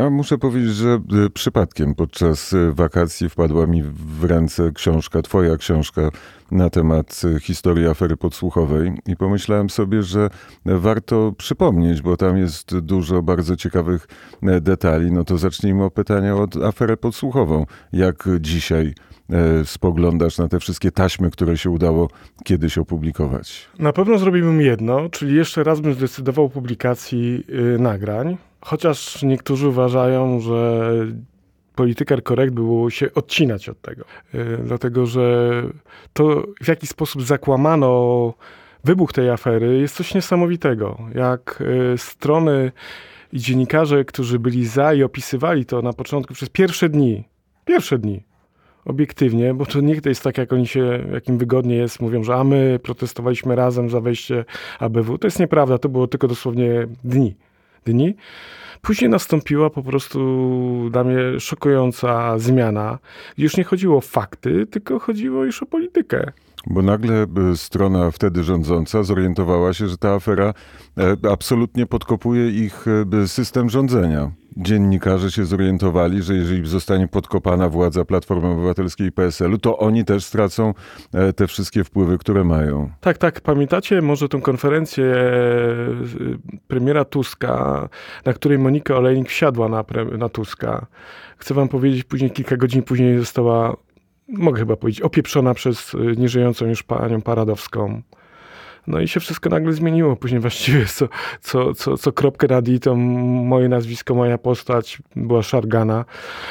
A muszę powiedzieć, że przypadkiem podczas wakacji wpadła mi w ręce książka, twoja książka na temat historii afery podsłuchowej i pomyślałem sobie, że warto przypomnieć, bo tam jest dużo bardzo ciekawych detali. No to zacznijmy od pytania od aferę podsłuchową. Jak dzisiaj spoglądasz na te wszystkie taśmy, które się udało kiedyś opublikować? Na pewno zrobiłbym jedno, czyli jeszcze raz bym zdecydował o publikacji nagrań. Chociaż niektórzy uważają, że Political Correct było się odcinać od tego. Dlatego, że to w jaki sposób zakłamano wybuch tej afery jest coś niesamowitego. Jak strony i dziennikarze, którzy byli za i opisywali to na początku przez pierwsze dni, obiektywnie, bo to nie jest tak, jak oni się, jak im wygodnie jest, mówią, że a my protestowaliśmy razem za wejście ABW. To jest nieprawda, to było tylko dosłownie dni. Później nastąpiła po prostu dla mnie szokująca zmiana. Już nie chodziło o fakty, tylko chodziło już o politykę. Bo nagle strona wtedy rządząca zorientowała się, że ta afera absolutnie podkopuje ich system rządzenia. Dziennikarze się zorientowali, że jeżeli zostanie podkopana władza Platformy Obywatelskiej i PSL-u, to oni też stracą te wszystkie wpływy, które mają. Tak. Pamiętacie może tę konferencję premiera Tuska, na której Monika Olejnik wsiadła na Tuska. Chcę wam powiedzieć, kilka godzin później została, mogę chyba powiedzieć, opieprzona przez nieżyjącą już panią Paradowską. No i się wszystko nagle zmieniło. Później właściwie co kropkę nad i, to moje nazwisko, moja postać była szargana.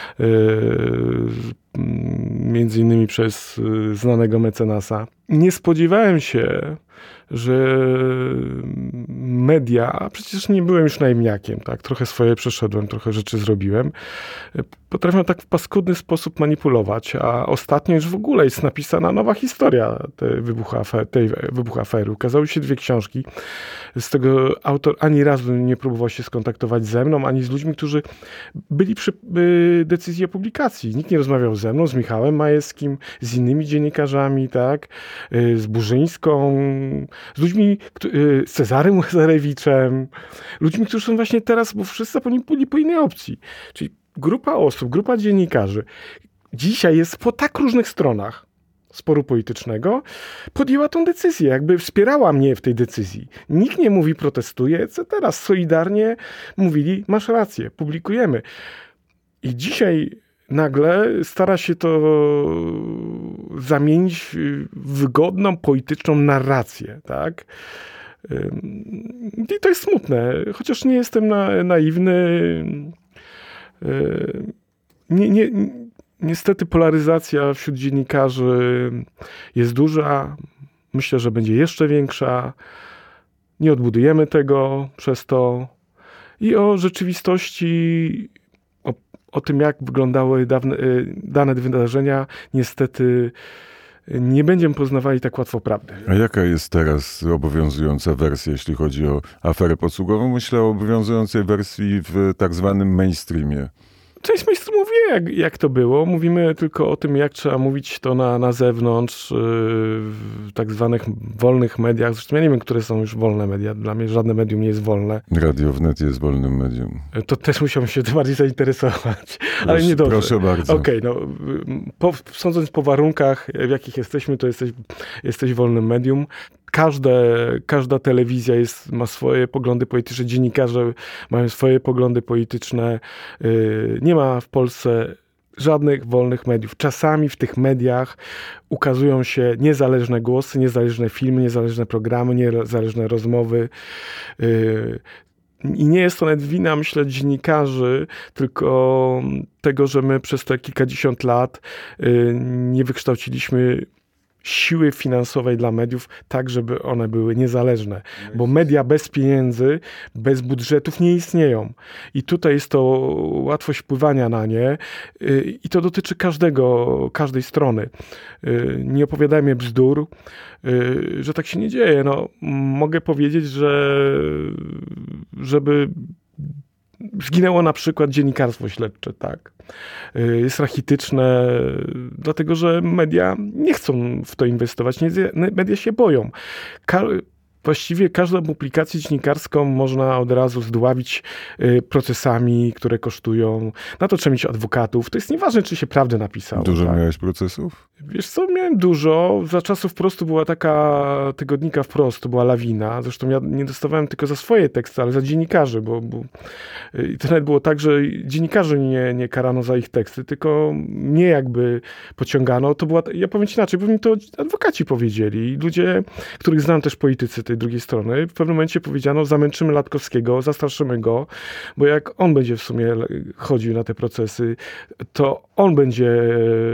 Między innymi przez znanego mecenasa. Nie spodziewałem się, że media, a przecież nie byłem już naiwniakiem, tak? Trochę swoje przeszedłem, trochę rzeczy zrobiłem, potrafią tak w paskudny sposób manipulować, a ostatnio już w ogóle jest napisana nowa historia tej wybuchu afery. Ukazały się 2 książki. Z tego autor ani razu nie próbował się skontaktować ze mną, ani z ludźmi, którzy byli przy decyzji o publikacji. Nikt nie rozmawiał ze mną, z Michałem Majewskim, z innymi dziennikarzami, tak? Z Burzyńską, z ludźmi, z Cezarym Łazarewiczem, ludźmi, którzy są właśnie teraz, bo wszyscy byli po innej opcji. Czyli grupa osób, grupa dziennikarzy dzisiaj jest po tak różnych stronach sporu politycznego, podjęła tą decyzję, jakby wspierała mnie w tej decyzji. Nikt nie mówi protestuje, etc. Solidarnie mówili, masz rację, publikujemy. I dzisiaj nagle stara się to zamienić w wygodną, polityczną narrację, tak? I to jest smutne. Chociaż nie jestem naiwny. Niestety polaryzacja wśród dziennikarzy jest duża. Myślę, że będzie jeszcze większa. Nie odbudujemy tego przez to. I o rzeczywistości, o tym, jak wyglądały dane wydarzenia, niestety nie będziemy poznawali tak łatwo prawdy. A jaka jest teraz obowiązująca wersja, jeśli chodzi o aferę podsługową? Myślę o obowiązującej wersji w tak zwanym mainstreamie. Część mainstreamu wie, jak to było. Mówimy tylko o tym, jak trzeba mówić to na zewnątrz, w tak zwanych wolnych mediach. Zresztą ja nie wiem, które są już wolne media. Dla mnie żadne medium nie jest wolne. Radio Wnet jest wolnym medium. To też musiałbym się tym bardziej zainteresować. Ale nie dobrze. Proszę bardzo. Okej, sądząc po warunkach, w jakich jesteśmy, to jesteś wolnym medium. Każda telewizja ma swoje poglądy polityczne, dziennikarze mają swoje poglądy polityczne. Nie ma w Polsce żadnych wolnych mediów. Czasami w tych mediach ukazują się niezależne głosy, niezależne filmy, niezależne programy, niezależne rozmowy. I nie jest to nawet wina, myślę, dziennikarzy, tylko tego, że my przez te kilkadziesiąt lat nie wykształciliśmy siły finansowej dla mediów, tak żeby one były niezależne. Bo media bez pieniędzy, bez budżetów nie istnieją. I tutaj jest to łatwość wpływania na nie i to dotyczy każdej strony. Nie opowiadajmy bzdur, że tak się nie dzieje. Mogę powiedzieć, że żeby zginęło na przykład dziennikarstwo śledcze, tak. Jest rachityczne, dlatego że media nie chcą w to inwestować, media się boją. właściwie każdą publikację dziennikarską można od razu zdławić procesami, które kosztują. Na to trzeba mieć adwokatów. To jest nieważne, czy się prawdę napisało. Dużo tak? miałeś procesów? Wiesz co, miałem dużo. Za czasów Wprostu była taka tygodnika Wprost, to była lawina. Zresztą ja nie dostawałem tylko za swoje teksty, ale za dziennikarzy, bo i to nawet było tak, że dziennikarzy nie karano za ich teksty, tylko mnie jakby pociągano. To była, ja powiem ci inaczej, bo mi to adwokaci powiedzieli. Ludzie, których znam też politycy tej drugiej strony, w pewnym momencie powiedziano, zamęczymy Latkowskiego, zastraszymy go, bo jak on będzie w sumie chodził na te procesy, to on będzie...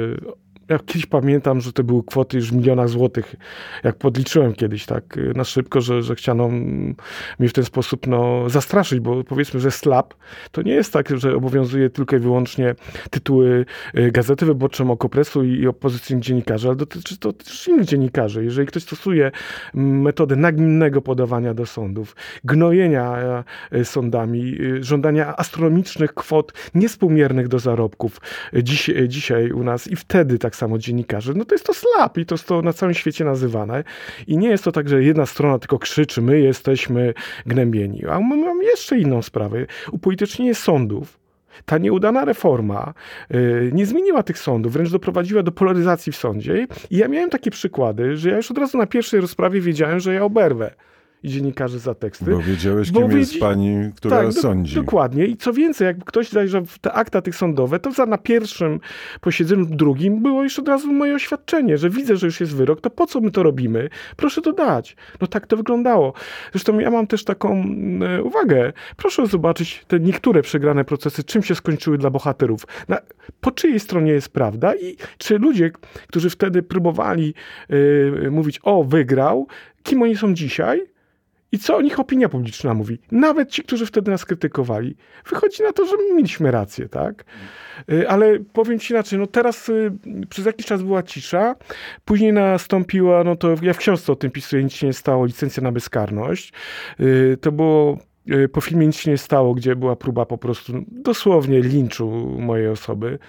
Ja kiedyś pamiętam, że to były kwoty już w milionach złotych, jak podliczyłem kiedyś tak na szybko, że chciano mnie w ten sposób zastraszyć, bo powiedzmy, że SLAP to nie jest tak, że obowiązuje tylko i wyłącznie tytuły Gazety Wyborczej, Okopresu i opozycyjnych dziennikarzy, ale dotyczy to też innych dziennikarzy. Jeżeli ktoś stosuje metodę nagminnego podawania do sądów, gnojenia sądami, żądania astronomicznych kwot niespółmiernych do zarobków dzisiaj u nas i wtedy tak samo dziennikarzy, no to jest to SLAP i to jest to na całym świecie nazywane. I nie jest to tak, że jedna strona tylko krzyczy, my jesteśmy gnębieni. A my mamy jeszcze inną sprawę. Upolitycznienie sądów. Ta nieudana reforma nie zmieniła tych sądów, wręcz doprowadziła do polaryzacji w sądzie. I ja miałem takie przykłady, że ja już od razu na pierwszej rozprawie wiedziałem, że ja oberwę i dziennikarzy za teksty. Bo wiedziałeś, kim jest pani, która tak, sądzi. Dokładnie. I co więcej, jakby ktoś zajrzał w te akta tych sądowe, to na pierwszym posiedzeniu, drugim było już od razu moje oświadczenie, że widzę, że już jest wyrok, to po co my to robimy? Proszę to dać. No tak to wyglądało. Zresztą ja mam też taką uwagę. Proszę zobaczyć te niektóre przegrane procesy, czym się skończyły dla bohaterów. Po czyjej stronie jest prawda i czy ludzie, którzy wtedy próbowali mówić, o, wygrał, kim oni są dzisiaj? I co o nich opinia publiczna mówi? Nawet ci, którzy wtedy nas krytykowali. Wychodzi na to, że my mieliśmy rację, tak? Ale powiem ci inaczej, no teraz przez jakiś czas była cisza, później nastąpiła, no to ja w książce o tym pisuję, nic się nie stało, licencja na bezkarność. To było po filmie Nic się nie stało, gdzie była próba po prostu dosłownie linczu mojej osoby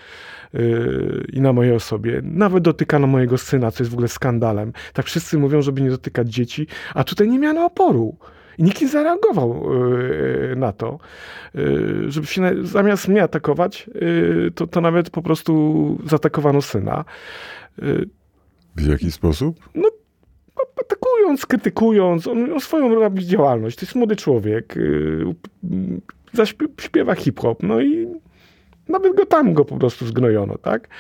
i na mojej osobie. Nawet dotykano mojego syna, co jest w ogóle skandalem. Tak wszyscy mówią, żeby nie dotykać dzieci, a tutaj nie miano oporu. I nikt nie zareagował na to, żeby się zamiast mnie atakować, to nawet po prostu zaatakowano syna. W jaki sposób? No, atakując, krytykując, on swoją robi działalność. To jest młody człowiek, śpiewa hip-hop, no i nawet go po prostu zgnojono, tak?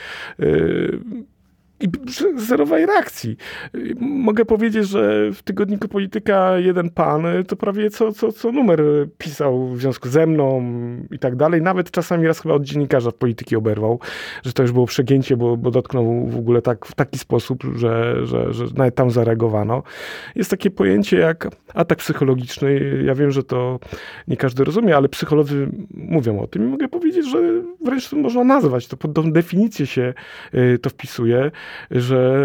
I zerowej reakcji. Mogę powiedzieć, że w tygodniku Polityka jeden pan to prawie co numer pisał w związku ze mną i tak dalej. Nawet czasami raz chyba od dziennikarza w Polityki oberwał, że to już było przegięcie, bo dotknął w ogóle w taki sposób, że nawet tam zareagowano. Jest takie pojęcie jak atak psychologiczny. Ja wiem, że to nie każdy rozumie, ale psycholodzy mówią o tym i mogę powiedzieć, że wręcz to można nazwać. To pod tą definicję się to wpisuje, że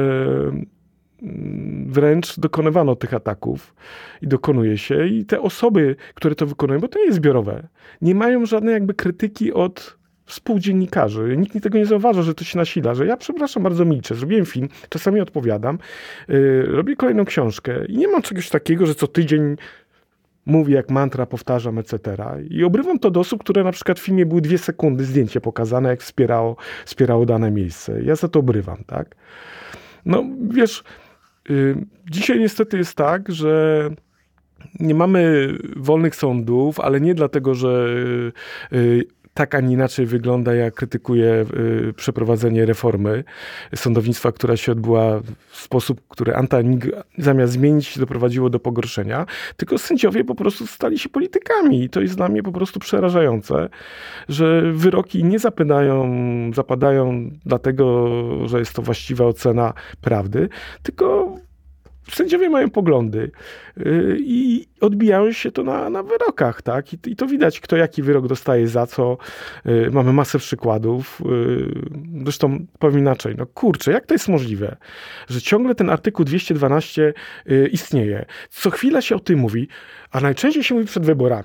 wręcz dokonywano tych ataków i dokonuje się i te osoby, które to wykonują, bo to nie jest zbiorowe, nie mają żadnej jakby krytyki od współdziennikarzy. Nikt tego nie zauważa, że to się nasila, że ja przepraszam, bardzo milczę, zrobiłem film, czasami odpowiadam, robię kolejną książkę i nie mam czegoś takiego, że co tydzień mówię jak mantra, powtarzam, etc. I obrywam to do osób, które na przykład w filmie były 2 sekundy, zdjęcie pokazane, jak wspierało dane miejsce. Ja za to obrywam, tak? No, wiesz, dzisiaj niestety jest tak, że nie mamy wolnych sądów, ale nie dlatego, że tak, a nie inaczej wygląda, jak krytykuje przeprowadzenie reformy sądownictwa, która się odbyła w sposób, który zamiast zmienić się doprowadziło do pogorszenia, tylko sędziowie po prostu stali się politykami i to jest dla mnie po prostu przerażające, że wyroki nie zapadają dlatego, że jest to właściwa ocena prawdy, tylko sędziowie mają poglądy i odbijają się to na wyrokach, tak? I to widać, kto jaki wyrok dostaje za co. Mamy masę przykładów. Zresztą powiem inaczej, no kurczę, jak to jest możliwe, że ciągle ten artykuł 212 istnieje. Co chwila się o tym mówi, a najczęściej się mówi przed wyborami.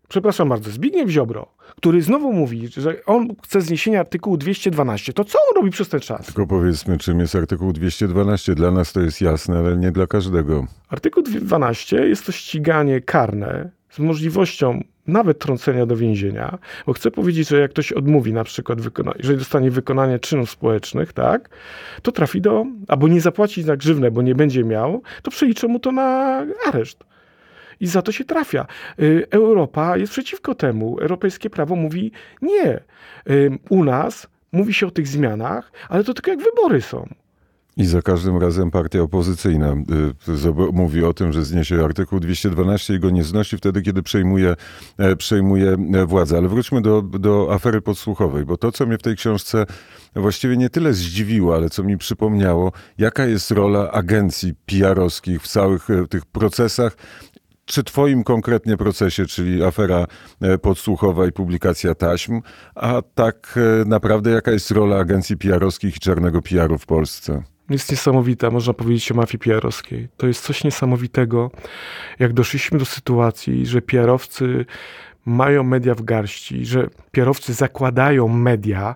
przepraszam bardzo, Zbigniew Ziobro, który znowu mówi, że on chce zniesienia artykułu 212, to co on robi przez ten czas? Tylko powiedzmy, czym jest artykuł 212. Dla nas to jest jasne, ale nie dla każdego. Artykuł 12 jest to ściganie karne z możliwością nawet trącenia do więzienia, bo chcę powiedzieć, że jak ktoś odmówi na przykład, jeżeli dostanie wykonanie czynów społecznych, tak, to trafi albo nie zapłaci za grzywnę, bo nie będzie miał, to przeliczą mu to na areszt. I za to się trafia. Europa jest przeciwko temu. Europejskie prawo mówi nie. U nas mówi się o tych zmianach, ale to tylko jak wybory są. I za każdym razem partia opozycyjna mówi o tym, że zniesie artykuł 212 i go nie znosi wtedy, kiedy przejmuje władzę. Ale wróćmy do afery podsłuchowej, bo to, co mnie w tej książce właściwie nie tyle zdziwiło, ale co mi przypomniało, jaka jest rola agencji PR-owskich w całych tych procesach, czy twoim konkretnie procesie, czyli afera podsłuchowa i publikacja taśm, a tak naprawdę jaka jest rola agencji PR-owskich i czarnego PR-u w Polsce? Jest niesamowita, można powiedzieć o mafii PR-owskiej. To jest coś niesamowitego, jak doszliśmy do sytuacji, że PR-owcy mają media w garści, że PR-owcy zakładają media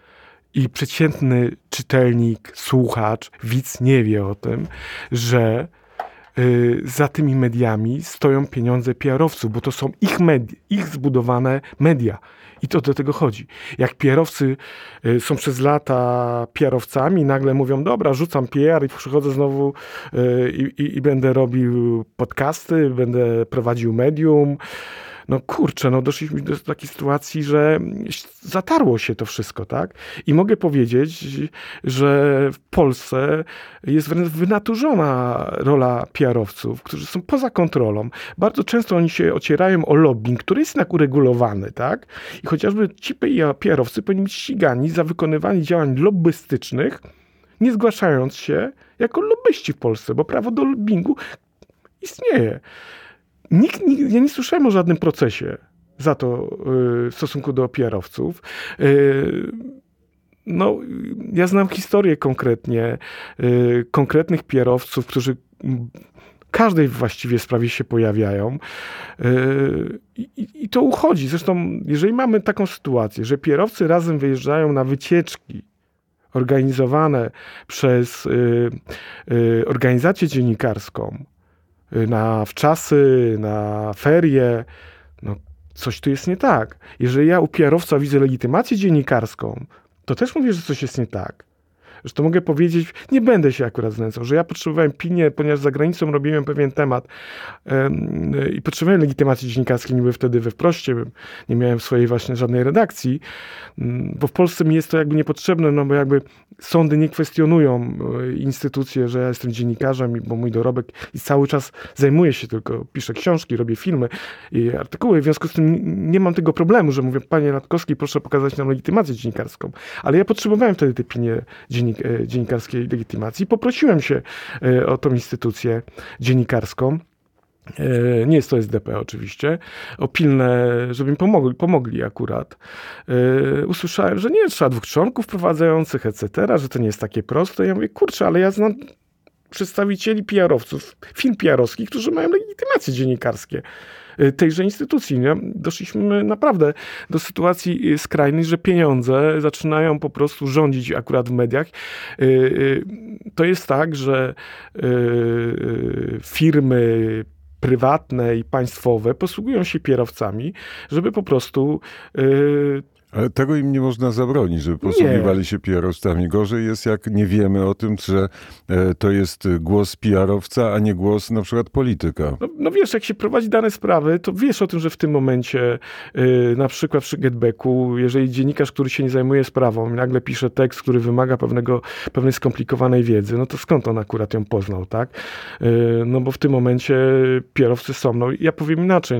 i przeciętny czytelnik, słuchacz, widz nie wie o tym, że za tymi mediami stoją pieniądze PR-owców, bo to są ich zbudowane media. I to do tego chodzi. Jak PR-owcy są przez lata PR-owcami, nagle mówią, dobra, rzucam PR i przychodzę znowu i będę robił podcasty, będę prowadził medium. No kurczę, doszliśmy do takiej sytuacji, że zatarło się to wszystko, tak? I mogę powiedzieć, że w Polsce jest wręcz wynaturzona rola PR-owców, którzy są poza kontrolą. Bardzo często oni się ocierają o lobbying, który jest jednak uregulowany, tak? I chociażby ci PR-owcy powinni być ścigani za wykonywanie działań lobbystycznych, nie zgłaszając się jako lobbyści w Polsce, bo prawo do lobbingu istnieje. Ja nie słyszałem o żadnym procesie za to w stosunku do PR-owców. Ja znam historię konkretnych PR-owców, którzy w każdej właściwie sprawie się pojawiają. I to uchodzi. Zresztą, jeżeli mamy taką sytuację, że PR-owcy razem wyjeżdżają na wycieczki organizowane przez organizację dziennikarską, na wczasy, na ferie, coś tu jest nie tak. Jeżeli ja u PR-owca widzę legitymację dziennikarską, to też mówię, że coś jest nie tak. Zresztą mogę powiedzieć, nie będę się akurat znęcał, że ja potrzebowałem pilnie, ponieważ za granicą robiłem pewien temat i potrzebowałem legitymacji dziennikarskiej, niby wtedy we Wproście, nie miałem swojej właśnie żadnej redakcji, bo w Polsce mi jest to jakby niepotrzebne, bo jakby sądy nie kwestionują instytucje, że ja jestem dziennikarzem, bo mój dorobek i cały czas zajmuję się tylko, piszę książki, robię filmy i artykuły, w związku z tym nie mam tego problemu, że mówię, panie Radkowski, proszę pokazać nam legitymację dziennikarską, ale ja potrzebowałem wtedy tej pilnie dziennikarskiej legitymacji. Poprosiłem się o tą instytucję dziennikarską. Nie jest to SDP oczywiście, o pilne, żeby mi pomogli akurat. Usłyszałem, że nie, trzeba 2 członków prowadzących, etc., że to nie jest takie proste. Ja mówię, kurczę, ale ja znam przedstawicieli PR-owców, firm PR-owskich, którzy mają legitymacje dziennikarskie tejże instytucji. Nie? Doszliśmy naprawdę do sytuacji skrajnej, że pieniądze zaczynają po prostu rządzić akurat w mediach. To jest tak, że firmy prywatne i państwowe posługują się PR-owcami, żeby po prostu Ale tego im nie można zabronić, żeby posługiwali się PR-owcami. Gorzej jest, jak nie wiemy o tym, że to jest głos PR-owca, a nie głos na przykład polityka. No wiesz, jak się prowadzi dane sprawy, to wiesz o tym, że w tym momencie na przykład przy Getbacku, jeżeli dziennikarz, który się nie zajmuje sprawą, nagle pisze tekst, który wymaga pewnej skomplikowanej wiedzy, no to skąd on akurat ją poznał, tak? No bo w tym momencie PR-owcy są. No ja powiem inaczej,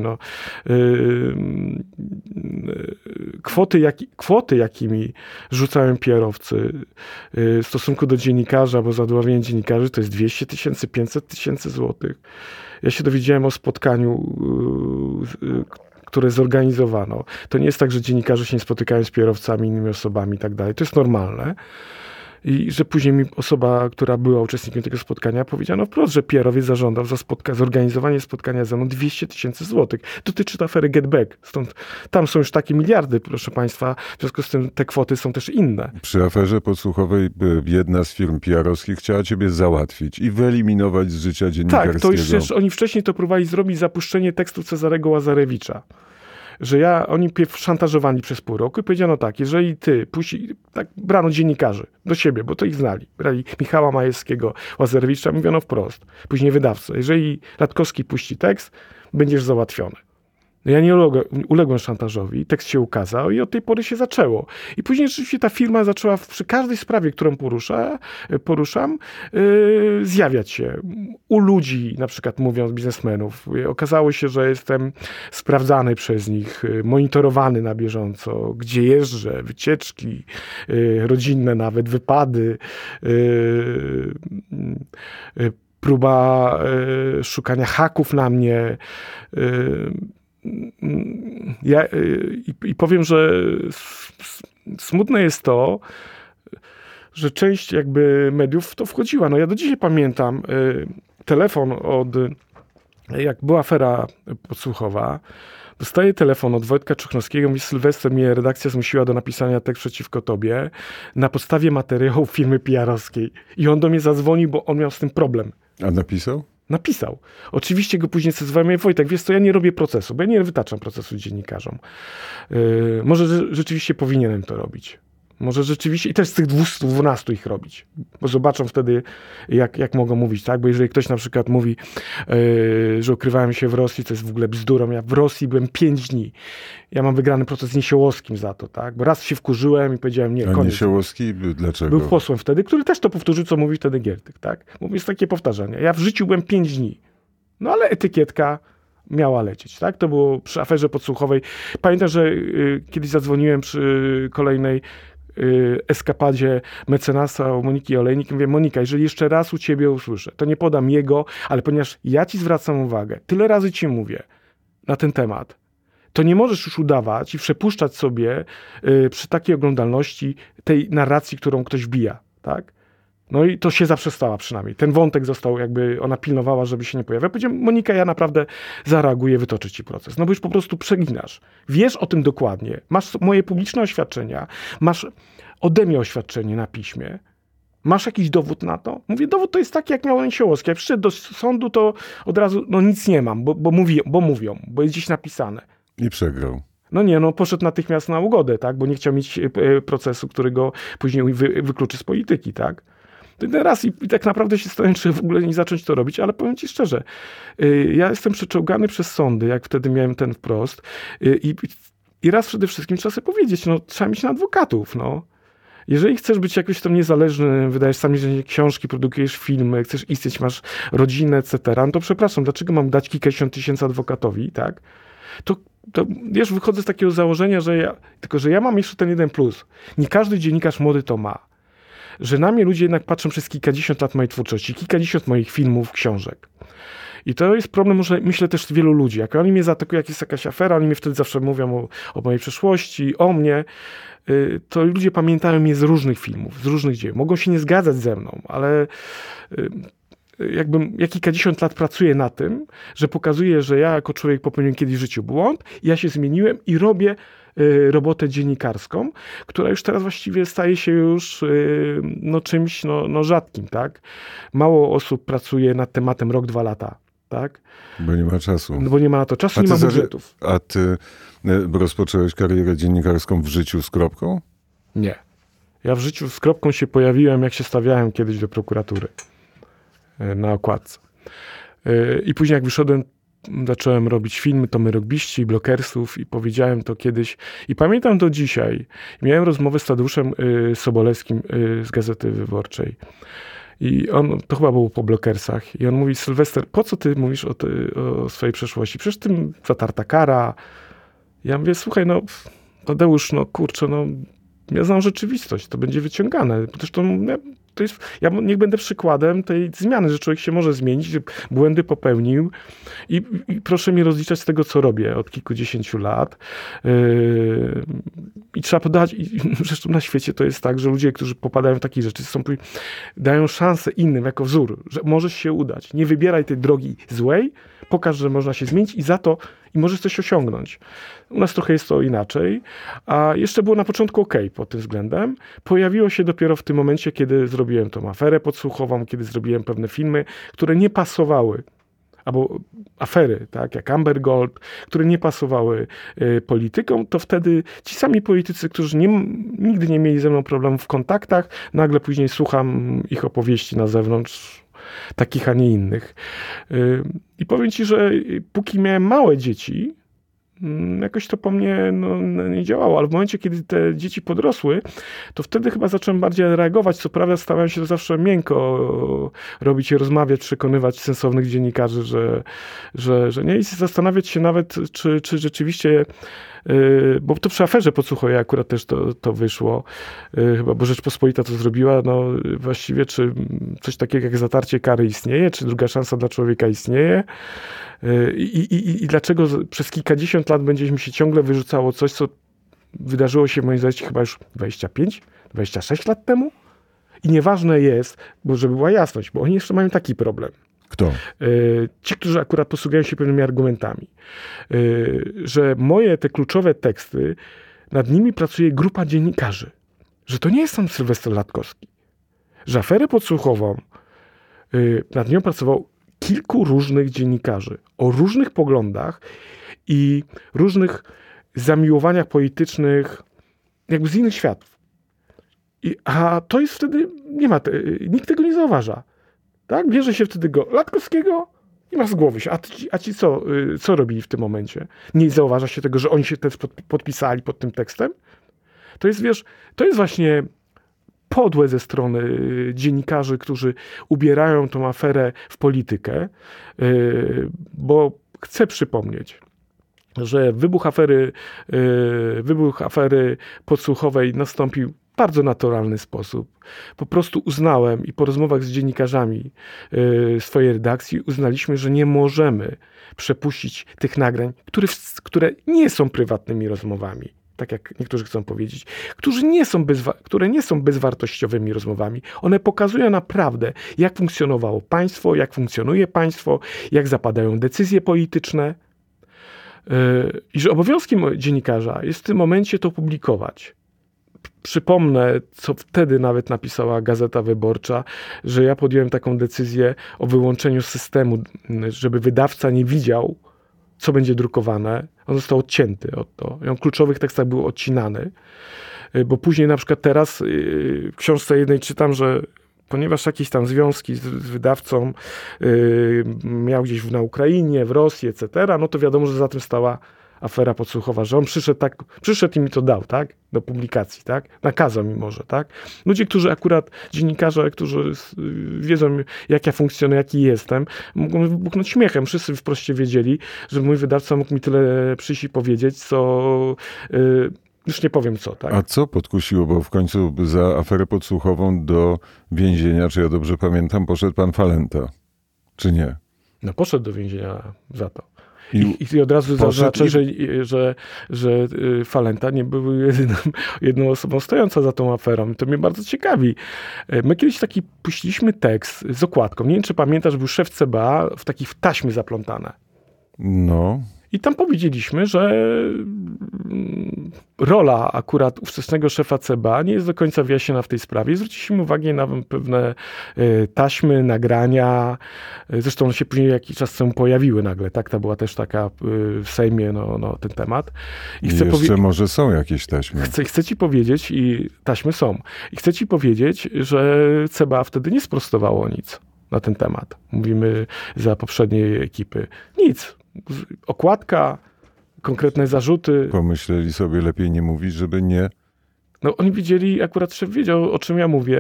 kwoty, jakimi rzucają PR-owcy w stosunku do dziennikarza, bo zadławienie dziennikarzy to jest 200 000, 500 000 złotych. Ja się dowiedziałem o spotkaniu, które zorganizowano. To nie jest tak, że dziennikarze się nie spotykają z PR-owcami, innymi osobami i tak dalej. To jest normalne. I że później mi osoba, która była uczestnikiem tego spotkania, powiedziano wprost, że PR-owiec zażądał za zorganizowanie spotkania ze mną 200 000 złotych. Dotyczy to afery Get Back. Stąd tam są już takie miliardy, proszę państwa. W związku z tym te kwoty są też inne. Przy aferze podsłuchowej jedna z firm PR-owskich chciała ciebie załatwić i wyeliminować z życia dziennikarskiego. Tak, to już też oni wcześniej to próbowali zrobić zapuszczenie tekstu Cezarego Łazarewicza. Że oni pierw szantażowali przez pół roku i powiedziano tak, jeżeli ty tak brano dziennikarzy do siebie, bo to ich znali. Brali Michała Majewskiego, Łazarewicza, mówiono wprost. Później wydawca. Jeżeli Latkowski puści tekst, będziesz załatwiony. No ja nie uległem szantażowi, tekst się ukazał i od tej pory się zaczęło. I później rzeczywiście ta firma zaczęła przy każdej sprawie, którą poruszam, zjawiać się u ludzi, na przykład mówiąc biznesmenów. Okazało się, że jestem sprawdzany przez nich, monitorowany na bieżąco, gdzie jeżdżę, wycieczki rodzinne nawet, wypady, próba szukania haków na mnie. I powiem, że smutne jest to, że część jakby mediów w to wchodziła. No ja do dzisiaj pamiętam telefon jak była afera podsłuchowa, dostaję telefon od Wojtka Czuchnowskiego, mówi: Sylwester, mnie redakcja zmusiła do napisania tekst przeciwko tobie na podstawie materiału firmy PR-owskiej. I on do mnie zadzwonił, bo on miał z tym problem. A napisał? Napisał. Oczywiście go później zadzwonił: Wojtek, wiesz co, ja nie robię procesu, bo ja nie wytaczam procesu dziennikarzom. Może rzeczywiście powinienem to robić. Może rzeczywiście, i też z tych 212 ich robić, bo zobaczą wtedy, jak mogą mówić, tak? Bo jeżeli ktoś na przykład mówi, że ukrywałem się w Rosji, to jest w ogóle bzdurą. Ja w Rosji byłem 5 dni. Ja mam wygrany proces z Niesiołowskim za to, tak? Bo raz się wkurzyłem i powiedziałem: nie, a koniec. Niesiołowski dlaczego? Był posłem wtedy, który też to powtórzył, co mówi wtedy Giertych, tak? Mówi, jest takie powtarzanie. Ja w życiu byłem 5 dni. No ale etykietka miała lecieć, tak? To było przy aferze podsłuchowej. Pamiętam, że kiedyś zadzwoniłem przy kolejnej eskapadzie mecenasa Moniki Olejnik. Mówię: Monika, jeżeli jeszcze raz u ciebie usłyszę, to nie podam jego, ale ponieważ ja ci zwracam uwagę, tyle razy ci mówię na ten temat, to nie możesz już udawać i przepuszczać sobie przy takiej oglądalności tej narracji, którą ktoś wbija, tak? No i to się zaprzestała przynajmniej. Ten wątek został jakby, ona pilnowała, żeby się nie pojawiał. Powiedziałem: Monika, ja naprawdę zareaguję, wytoczę ci proces. No bo już po prostu przeginasz. Wiesz o tym dokładnie. Masz moje publiczne oświadczenia, masz ode mnie oświadczenie na piśmie. Masz jakiś dowód na to? Mówię: dowód to jest taki, jak miał Niesiołowski. Jak przyszedł do sądu, to od razu, no nic nie mam, bo mówią, bo jest gdzieś napisane. I przegrał. No nie, no poszedł natychmiast na ugodę, tak? Bo nie chciał mieć procesu, który go później wykluczy z polityki, tak? Raz i tak naprawdę się zastanawiam, czy w ogóle nie zacząć to robić, ale powiem ci szczerze, ja jestem przeczołgany przez sądy, jak wtedy miałem ten wprost, i raz przede wszystkim trzeba sobie powiedzieć, no trzeba mieć na adwokatów, no. Jeżeli chcesz być jakoś tam niezależny, wydajesz sami książki, produkujesz filmy, chcesz istnieć, masz rodzinę, etc., no to przepraszam, dlaczego mam dać kilkadziesiąt tysięcy adwokatowi, tak? To wiesz, wychodzę z takiego założenia, że ja mam jeszcze ten jeden plus. Nie każdy dziennikarz młody to ma. Że na mnie ludzie jednak patrzą przez kilkadziesiąt lat mojej twórczości, kilkadziesiąt moich filmów, książek. I to jest problem, może myślę też wielu ludzi. Jak oni mnie zaatakują, jak jest jakaś afera, oni mi wtedy zawsze mówią o mojej przeszłości, o mnie, to ludzie pamiętają mnie z różnych filmów, z różnych dzieł. Mogą się nie zgadzać ze mną, ale ja kilkadziesiąt lat pracuję na tym, że pokazuję, że ja jako człowiek popełniłem kiedyś w życiu błąd, ja się zmieniłem i robię robotę dziennikarską, która już teraz właściwie staje się już czymś rzadkim, tak? Mało osób pracuje nad tematem rok, 2 lata, tak? Bo nie ma czasu. No bo nie ma na to czasu, nie ma budżetów. A ty rozpocząłeś karierę dziennikarską w życiu z kropką? Nie. Ja w życiu z kropką się pojawiłem, jak się stawiałem kiedyś do prokuratury na okładce. I później jak wyszedłem, zacząłem robić filmy, Tomy Rogbiści, Blokersów i powiedziałem to kiedyś. I pamiętam do dzisiaj. Miałem rozmowę z Tadeuszem Sobolewskim z Gazety Wyborczej. I on, to chyba było po Blokersach. I on mówi: Sylwester, po co ty mówisz o swojej przeszłości? Przecież tym zatarta kara. Ja mówię: słuchaj, Tadeusz, kurczę, ja znam rzeczywistość, to będzie wyciągane. Zresztą ja ja niech będę przykładem tej zmiany, że człowiek się może zmienić, że błędy popełnił i proszę mnie rozliczać z tego, co robię od kilkudziesięciu lat. I trzeba podać, zresztą na świecie to jest tak, że ludzie, którzy popadają w takie rzeczy, dają szansę innym jako wzór, że możesz się udać. Nie wybieraj tej drogi złej, pokaż, że można się zmienić i możesz coś osiągnąć. U nas trochę jest to inaczej, a jeszcze było na początku okej pod tym względem. Pojawiło się dopiero w tym momencie, kiedy zrobiłem tą aferę podsłuchową, kiedy zrobiłem pewne filmy, które nie pasowały, albo afery, tak, jak Amber Gold, które nie pasowały politykom, to wtedy ci sami politycy, którzy nigdy nie mieli ze mną problemów w kontaktach, nagle później słucham ich opowieści na zewnątrz, takich, a nie innych. I powiem ci, że póki miałem małe dzieci, jakoś to po mnie nie działało, ale w momencie, kiedy te dzieci podrosły, to wtedy chyba zacząłem bardziej reagować. Co prawda starałem się to zawsze miękko robić i rozmawiać, przekonywać sensownych dziennikarzy, że nie, i zastanawiać się nawet, czy rzeczywiście, bo to przy aferze podsłuchowej akurat też to wyszło, chyba, bo Rzeczpospolita to zrobiła, właściwie czy coś takiego jak zatarcie kary istnieje, czy druga szansa dla człowieka istnieje. I dlaczego przez kilkadziesiąt lat będzie mi się ciągle wyrzucało coś, co wydarzyło się moim zdaniem chyba już 25, 26 lat temu? I nieważne jest, bo żeby była jasność, bo oni jeszcze mają taki problem. Kto? Ci, którzy akurat posługują się pewnymi argumentami. Że moje te kluczowe teksty, nad nimi pracuje grupa dziennikarzy. Że to nie jest sam Sylwester Latkowski. Że aferę podsłuchową nad nią pracował kilku różnych dziennikarzy o różnych poglądach i różnych zamiłowaniach politycznych jakby z innych światów. A to jest wtedy, nikt tego nie zauważa. Tak? Bierze się wtedy go Latkowskiego i ma z głowy się. A ci co robili w tym momencie? Nie zauważa się tego, że oni się też podpisali pod tym tekstem? To jest, to jest właśnie podłe ze strony dziennikarzy, którzy ubierają tą aferę w politykę, bo chcę przypomnieć, że wybuch afery podsłuchowej nastąpił w bardzo naturalny sposób. Po prostu uznałem i po rozmowach z dziennikarzami swojej redakcji uznaliśmy, że nie możemy przepuścić tych nagrań, które nie są prywatnymi rozmowami, tak jak niektórzy chcą powiedzieć, które nie są bezwartościowymi rozmowami. One pokazują naprawdę, jak funkcjonowało państwo, jak funkcjonuje państwo, jak zapadają decyzje polityczne i że obowiązkiem dziennikarza jest w tym momencie to publikować. Przypomnę, co wtedy nawet napisała Gazeta Wyborcza, że ja podjąłem taką decyzję o wyłączeniu systemu, żeby wydawca nie widział, co będzie drukowane. On został odcięty od to. I on w kluczowych tekstach był odcinany. Bo później na przykład teraz w książce jednej czytam, że ponieważ jakieś tam związki z wydawcą miał gdzieś na Ukrainie, w Rosji, etc., no to wiadomo, że za tym stała afera podsłuchowa, że on przyszedł i mi to dał, tak? Do publikacji, tak? Nakazał mi może, tak? Ludzie, dziennikarze, którzy wiedzą, jak ja funkcjonuję, jaki jestem, mogą wybuchnąć śmiechem. Wszyscy wprost wiedzieli, że mój wydawca mógł mi tyle przyjść i powiedzieć, co... już nie powiem co, tak? A co podkusiło, bo w końcu za aferę podsłuchową do więzienia, czy ja dobrze pamiętam, poszedł pan Falenta, czy nie? No poszedł do więzienia za to. I od razu zaznaczę, że Falenta nie był jedną osobą stojącą za tą aferą. To mnie bardzo ciekawi. My kiedyś puściliśmy tekst z okładką. Nie wiem, czy pamiętasz, był szef CBA w taśmy zaplątane. No. I tam powiedzieliśmy, że rola akurat ówczesnego szefa CBA nie jest do końca wyjaśniona w tej sprawie. Zwróciliśmy uwagę na pewne taśmy, nagrania. Zresztą one się później jakiś czas temu pojawiły nagle. Tak, to była też taka w Sejmie ten temat. I jeszcze może są jakieś taśmy. Chcę ci powiedzieć, i taśmy są. I chcę ci powiedzieć, że CBA wtedy nie sprostowało nic na ten temat. Mówimy za poprzedniej ekipy. Nic. Okładka, konkretne zarzuty. Pomyśleli sobie, lepiej nie mówić, żeby nie... No oni widzieli, akurat szef wiedział, o czym ja mówię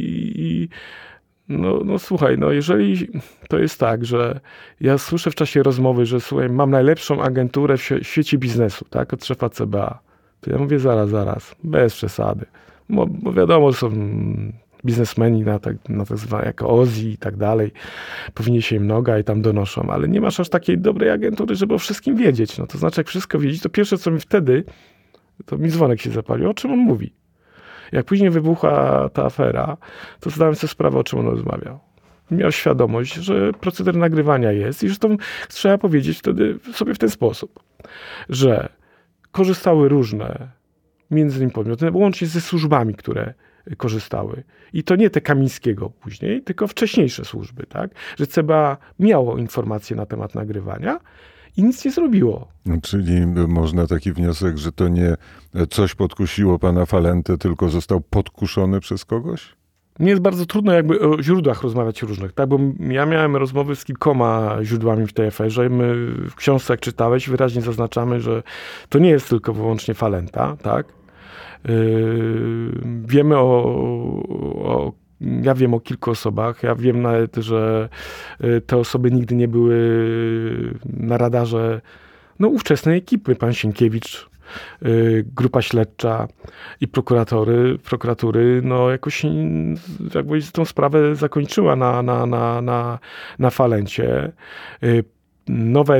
no słuchaj, jeżeli to jest tak, że ja słyszę w czasie rozmowy, że słuchaj, mam najlepszą agenturę w świecie biznesu, tak, od szefa CBA, to ja mówię zaraz, bez przesady. Bo wiadomo, są biznesmeni na tak zwane jako Ozzy i tak dalej, powinni się im noga i tam donoszą, ale nie masz aż takiej dobrej agentury, żeby o wszystkim wiedzieć. No to znaczy, jak wszystko wiedzieć, to pierwsze, co mi wtedy, to mi dzwonek się zapalił, o czym on mówi. Jak później wybuchła ta afera, to zdałem sobie sprawę, o czym on rozmawiał. Miał świadomość, że proceder nagrywania jest i że to trzeba powiedzieć wtedy sobie w ten sposób, że korzystały różne, między innymi podmioty, łącznie ze służbami, które korzystały. I to nie te Kamińskiego później, tylko wcześniejsze służby, tak? Że CBA miało informacje na temat nagrywania i nic nie zrobiło. Czyli można taki wniosek, że to nie coś podkusiło pana Falentę, tylko został podkuszony przez kogoś? Mnie jest bardzo trudno jakby o źródłach rozmawiać różnych, tak? Bo ja miałem rozmowy z kilkoma źródłami w tej aferze. My w książce, jak czytałeś, wyraźnie zaznaczamy, że to nie jest tylko wyłącznie Falenta, tak? Wiemy ja wiem o kilku osobach. Ja wiem nawet, że te osoby nigdy nie były na radarze ówczesnej ekipy. Pan Sienkiewicz, grupa śledcza i prokuratury jakoś jakby tą sprawę zakończyła na Falencie. Nowa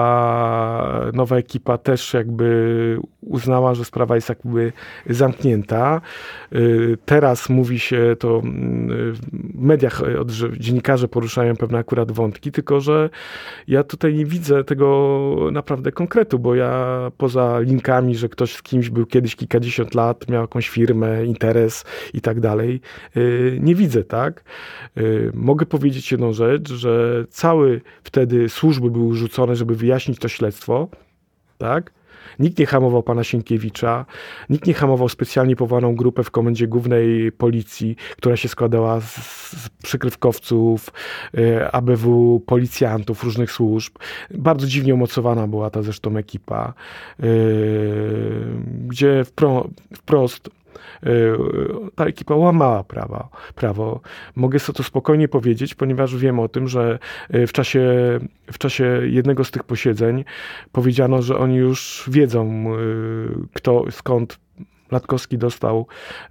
ekipa też jakby uznała, że sprawa jest jakby zamknięta. Teraz mówi się to w mediach, że dziennikarze poruszają pewne akurat wątki, tylko że ja tutaj nie widzę tego naprawdę konkretu, bo ja poza linkami, że ktoś z kimś był kiedyś kilkadziesiąt lat, miał jakąś firmę, interes i tak dalej, nie widzę, tak? Mogę powiedzieć jedną rzecz, że całe wtedy służby były rzucone, żeby wyjaśnić to śledztwo, tak? Nikt nie hamował pana Sienkiewicza, nikt nie hamował specjalnie powołaną grupę w Komendzie Głównej Policji, która się składała z przykrywkowców, ABW, policjantów, różnych służb. Bardzo dziwnie umocowana była ta zresztą ekipa, gdzie wprost ta ekipa łamała prawo. Mogę sobie to spokojnie powiedzieć, ponieważ wiem o tym, że w czasie jednego z tych posiedzeń powiedziano, że oni już wiedzą, skąd Latkowski dostał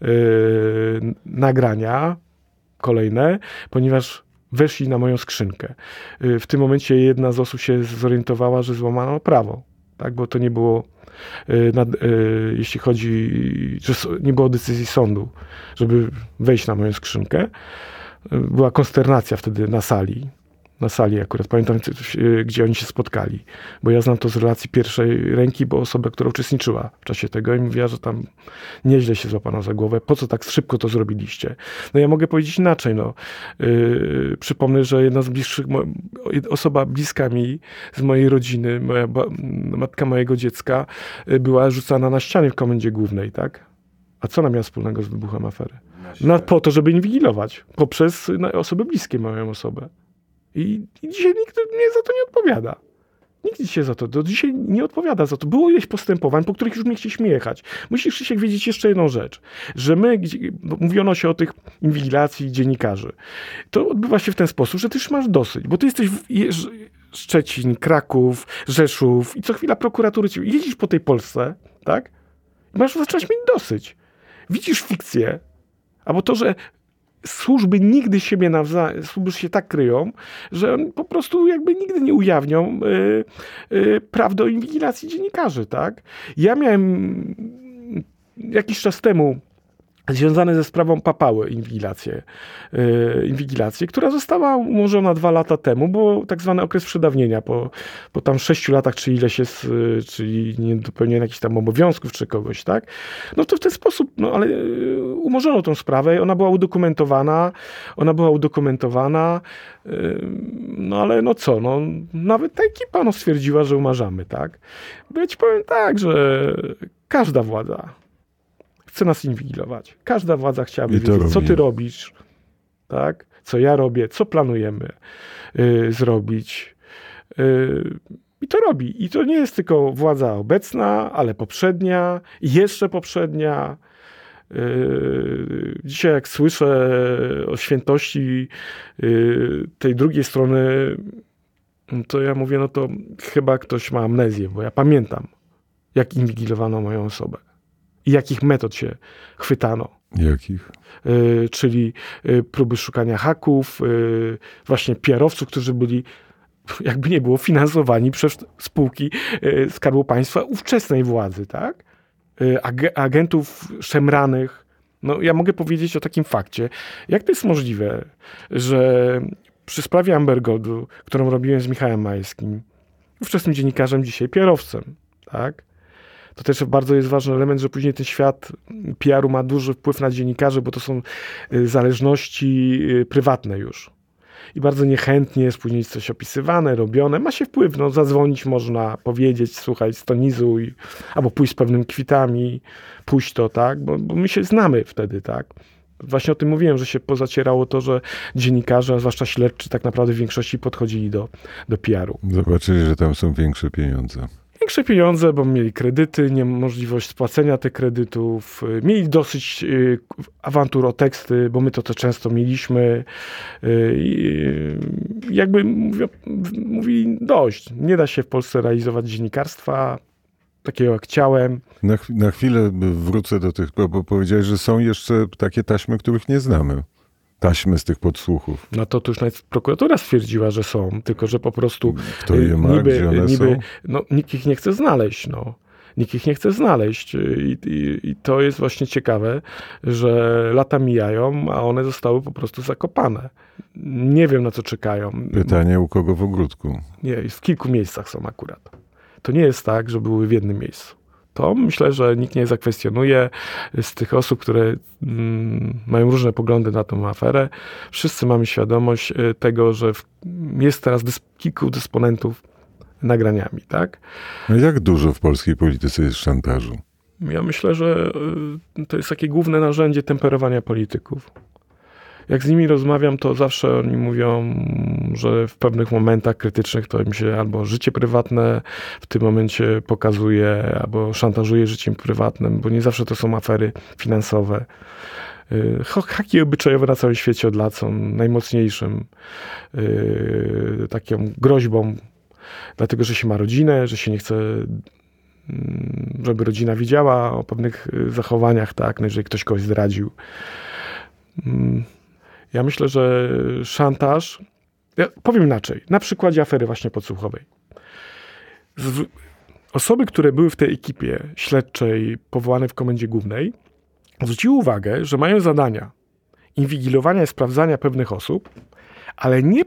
nagrania kolejne, ponieważ weszli na moją skrzynkę. W tym momencie jedna z osób się zorientowała, że złamano prawo, tak? Bo to nie było jeśli chodzi, że nie było decyzji sądu, żeby wejść na moją skrzynkę. Była konsternacja wtedy na sali akurat. Pamiętam, gdzie oni się spotkali. Bo ja znam to z relacji pierwszej ręki, bo osoba, która uczestniczyła w czasie tego i mówiła, że tam nieźle się złapano za głowę. Po co tak szybko to zrobiliście? Ja mogę powiedzieć inaczej. Przypomnę, że jedna z bliższych, osoba bliska mi, z mojej rodziny, matka mojego dziecka, była rzucana na ścianie w Komendzie Głównej, tak? A co ona miała wspólnego z wybuchem afery? Po to, żeby inwigilować. Poprzez osoby bliskie moją osobę. I dzisiaj nikt mnie za to nie odpowiada. Nikt dzisiaj za to do dzisiaj nie odpowiada za to. Było ileś postępowań, po których już nie chcieliśmy jechać. Musisz, Krzysiek, wiedzieć jeszcze jedną rzecz, że mówiono się o tych inwigilacji dziennikarzy. To odbywa się w ten sposób, że ty już masz dosyć, bo ty jesteś Szczecin, Kraków, Rzeszów i co chwila prokuratury jeździsz po tej Polsce, tak? I masz zacząć mieć dosyć. Widzisz fikcję, albo to, że służby nigdy siebie nawzajem, służby się tak kryją, że po prostu jakby nigdy nie ujawnią prawdy o inwigilacji dziennikarzy, tak? Ja miałem jakiś czas temu związane ze sprawą Papały inwigilację, która została umorzona 2 lata temu, bo tak zwany okres przedawnienia, po tam 6 latach, czy ileś jest, czyli niedopełnienie jakichś tam obowiązków, czy kogoś, tak? To w ten sposób, ale umorzono tą sprawę, ona była udokumentowana, ale nawet ta ekipa stwierdziła, że umarzamy, tak? Bo ja ci powiem tak, że każda władza chce nas inwigilować. Każda władza chciałaby wiedzieć, co ty robisz, tak? Co ja robię, co planujemy zrobić. I to robi. I to nie jest tylko władza obecna, ale poprzednia i jeszcze poprzednia. Dzisiaj jak słyszę o świętości tej drugiej strony, to ja mówię, to chyba ktoś ma amnezję, bo ja pamiętam, jak inwigilowano moją osobę. I jakich metod się chwytano. Jakich? Czyli próby szukania haków, właśnie PR-owców, którzy byli, jakby nie było, finansowani przez spółki Skarbu Państwa ówczesnej władzy, tak? Agentów szemranych. No, ja mogę powiedzieć o takim fakcie. Jak to jest możliwe, że przy sprawie Amber Goldu, którą robiłem z Michałem Majewskim, ówczesnym dziennikarzem, dzisiaj PR-owcem, tak? To też bardzo jest ważny element, że później ten świat PR-u ma duży wpływ na dziennikarzy, bo to są zależności prywatne już. I bardzo niechętnie jest później coś opisywane, robione. Ma się wpływ, no zadzwonić można, powiedzieć, słuchaj, stonizuj, albo pójść z pewnymi kwitami, pójść to, tak? Bo my się znamy wtedy, tak? Właśnie o tym mówiłem, że się pozacierało to, że dziennikarze, a zwłaszcza śledczy, tak naprawdę w większości podchodzili do PR-u. Zobaczyli, że tam są większe pieniądze. Większe pieniądze, bo mieli kredyty, niemożliwość spłacenia tych kredytów, mieli dosyć awantur o teksty, bo my to często mieliśmy. Jakby mówili dość, nie da się w Polsce realizować dziennikarstwa takiego jak chciałem. Na chwilę wrócę do tych, bo powiedziałeś, że są jeszcze takie taśmy, których nie znamy. Taśmy z tych podsłuchów. No to już nawet prokuratura stwierdziła, że są, tylko że po prostu Kto je ma, gdzie one są? No, nikt ich nie chce znaleźć. No. Nikt ich nie chce znaleźć. I to jest właśnie ciekawe, że lata mijają, a one zostały po prostu zakopane. Nie wiem, na co czekają. Pytanie, u kogo w ogródku? Nie, w kilku miejscach są akurat. To nie jest tak, że były w jednym miejscu. To myślę, że nikt nie zakwestionuje z tych osób, które mają różne poglądy na tą aferę. Wszyscy mamy świadomość tego, że jest teraz kilku dysponentów nagraniami, tak? No jak dużo w polskiej polityce jest szantażu? Ja myślę, że to jest takie główne narzędzie temperowania polityków. Jak z nimi rozmawiam, to zawsze oni mówią, że w pewnych momentach krytycznych to im się albo życie prywatne w tym momencie pokazuje, albo szantażuje życiem prywatnym, bo nie zawsze to są afery finansowe. Haki obyczajowe na całym świecie od lat są najmocniejszym taką groźbą, dlatego że się ma rodzinę, że się nie chce, żeby rodzina wiedziała o pewnych zachowaniach, tak, no jeżeli ktoś kogoś zdradził. Ja myślę, że szantaż... Ja powiem inaczej. Na przykładzie afery właśnie podsłuchowej. Osoby, które były w tej ekipie śledczej powołanej w Komendzie Głównej, zwróciły uwagę, że mają zadania inwigilowania i sprawdzania pewnych osób, ale nie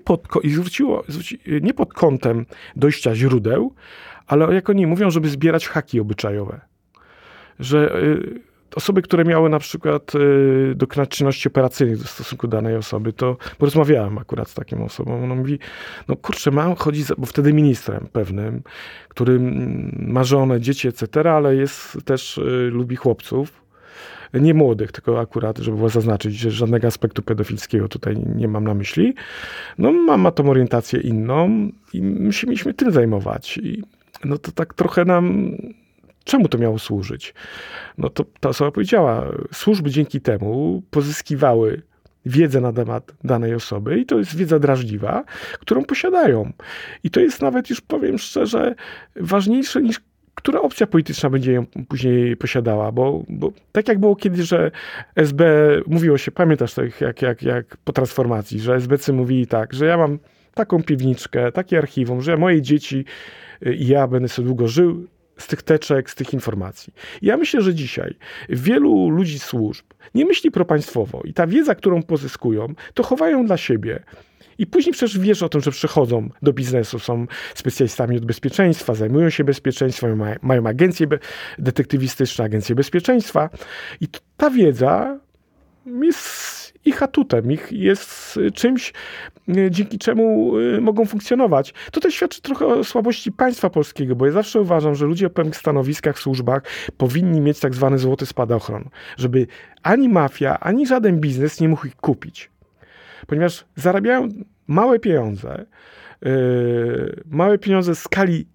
pod kątem dojścia źródeł, ale jak oni mówią, żeby zbierać haki obyczajowe. Że osoby, które miały na przykład dokonać czynności operacyjnych w stosunku do danej osoby, to porozmawiałem akurat z taką osobą. Ona mówi, no kurczę, chodzi, bo wtedy ministrem pewnym, który ma żonę, dzieci, etc., ale jest też, lubi chłopców. Nie młodych, tylko akurat, żeby było zaznaczyć, że żadnego aspektu pedofilskiego tutaj nie mam na myśli. No ma tą orientację inną i my się mieliśmy tym zajmować. I no to tak trochę nam... Czemu to miało służyć? No to ta osoba powiedziała, służby dzięki temu pozyskiwały wiedzę na temat danej osoby i to jest wiedza drażliwa, którą posiadają. I to jest nawet, już powiem szczerze, ważniejsze niż która opcja polityczna będzie ją później posiadała, bo tak jak było kiedyś, że SB, mówiło się, pamiętasz tak jak po transformacji, że SBcy mówili tak, że ja mam taką piwniczkę, takie archiwum, że moje dzieci i ja będę sobie długo żył z tych teczek, z tych informacji. I ja myślę, że dzisiaj wielu ludzi służb nie myśli propaństwowo i ta wiedza, którą pozyskują, to chowają dla siebie. I później przecież wiesz o tym, że przychodzą do biznesu, są specjalistami od bezpieczeństwa, zajmują się bezpieczeństwem, mają agencje detektywistyczne, agencje bezpieczeństwa. I ta wiedza jest ich atutem, jest czymś, dzięki czemu mogą funkcjonować. To też świadczy trochę o słabości państwa polskiego, bo ja zawsze uważam, że ludzie o pewnych stanowiskach, służbach powinni mieć tak zwany złoty spadochron, żeby ani mafia, ani żaden biznes nie mógł ich kupić. Ponieważ zarabiają małe pieniądze w skali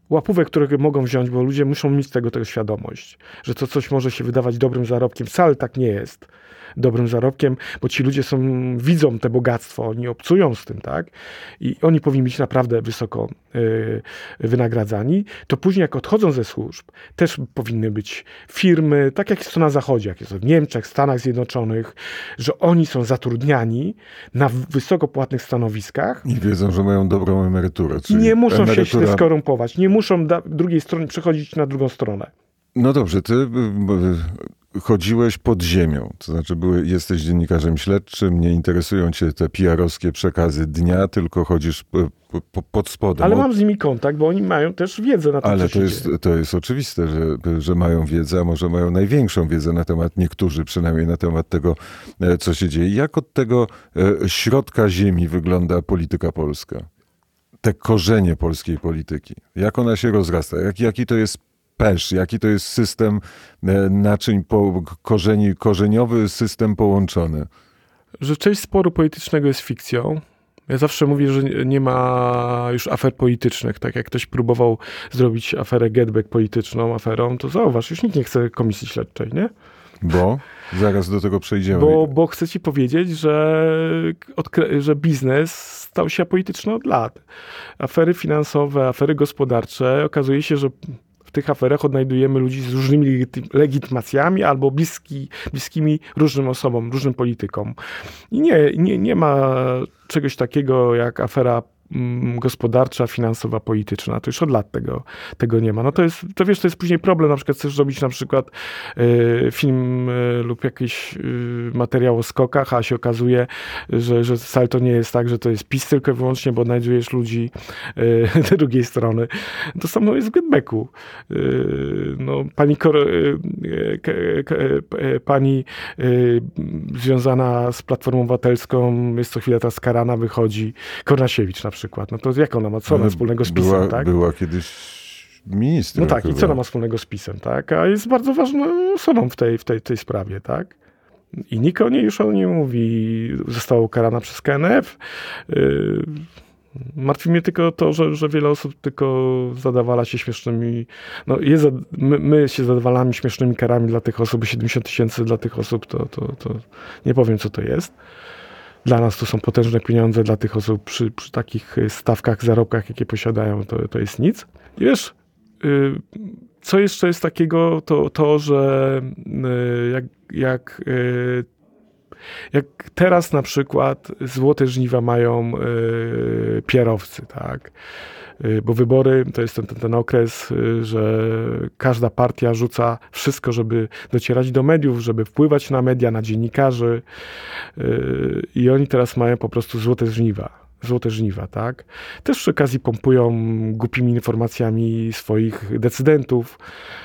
łapówek, które mogą wziąć, bo ludzie muszą mieć tego świadomość, że to coś może się wydawać dobrym zarobkiem. Wcale tak nie jest dobrym zarobkiem, bo ci ludzie widzą te bogactwo, oni obcują z tym, tak? I oni powinni być naprawdę wysoko wynagradzani. To później, jak odchodzą ze służb, też powinny być firmy, tak jak jest to na Zachodzie, jak jest to w Niemczech, Stanach Zjednoczonych, że oni są zatrudniani na wysoko płatnych stanowiskach. I wiedzą, że mają dobrą emeryturę. Czyli Nie muszą się emerytura... skorumpować, nie muszą drugiej stronie przechodzić na drugą stronę. No dobrze, ty chodziłeś pod ziemią, to znaczy jesteś dziennikarzem śledczym, nie interesują cię te PR-owskie przekazy dnia, tylko chodzisz pod spodem. Ale mam z nimi kontakt, bo oni mają też wiedzę na to, co się dzieje. To jest oczywiste, że mają wiedzę, a może mają największą wiedzę na temat, niektórzy przynajmniej na temat tego, co się dzieje. Jak od tego środka ziemi wygląda polityka polska? Te korzenie polskiej polityki. Jak ona się rozrasta? Jaki to jest pesz, jaki to jest system naczyń korzeniowy, system połączony? Że część sporu politycznego jest fikcją. Ja zawsze mówię, że nie ma już afer politycznych. Tak jak ktoś próbował zrobić aferę GetBack polityczną aferą, to zauważ, już nikt nie chce komisji śledczej, nie? Bo? Zaraz do tego przejdziemy. Bo chcę ci powiedzieć, że biznes stał się apolityczny od lat. Afery finansowe, afery gospodarcze, okazuje się, że w tych aferach odnajdujemy ludzi z różnymi legitymacjami albo bliskimi różnym osobom, różnym politykom. I nie ma czegoś takiego jak afera gospodarcza, finansowa, polityczna. To już od lat tego nie ma. No to jest później problem. Na przykład chcesz zrobić film lub jakiś materiał o skokach, a się okazuje, że wcale to nie jest tak, że to jest PiS tylko i wyłącznie, bo odnajdujesz ludzi drugiej strony. To samo jest w GetBacku. Pani związana z Platformą Obywatelską jest co chwilę teraz karana, wychodzi. Kornasiewicz na przykład. No to jak ona ma? Co ona wspólnego z PiS-em, tak? Była kiedyś ministrem. No tak, chyba. i co ona ma wspólnego z PiS-em, tak? A jest bardzo ważną osobą w tej sprawie, tak? I nikt już o niej mówi. Została ukarana przez KNF. Martwi mnie tylko to, że wiele osób tylko zadawala się śmiesznymi... My się zadawalamy śmiesznymi karami dla tych osób, 70 000 dla tych osób, to nie powiem, co to jest. Dla nas to są potężne pieniądze, dla tych osób przy takich stawkach, zarobkach, jakie posiadają, to jest nic. I wiesz, co jeszcze jest takiego, to że jak teraz na przykład złote żniwa mają PR-owcy, tak? Bo wybory to jest ten okres, że każda partia rzuca wszystko, żeby docierać do mediów, żeby wpływać na media, na dziennikarzy i oni teraz mają po prostu złote żniwa, tak? Też przy okazji pompują głupimi informacjami swoich decydentów.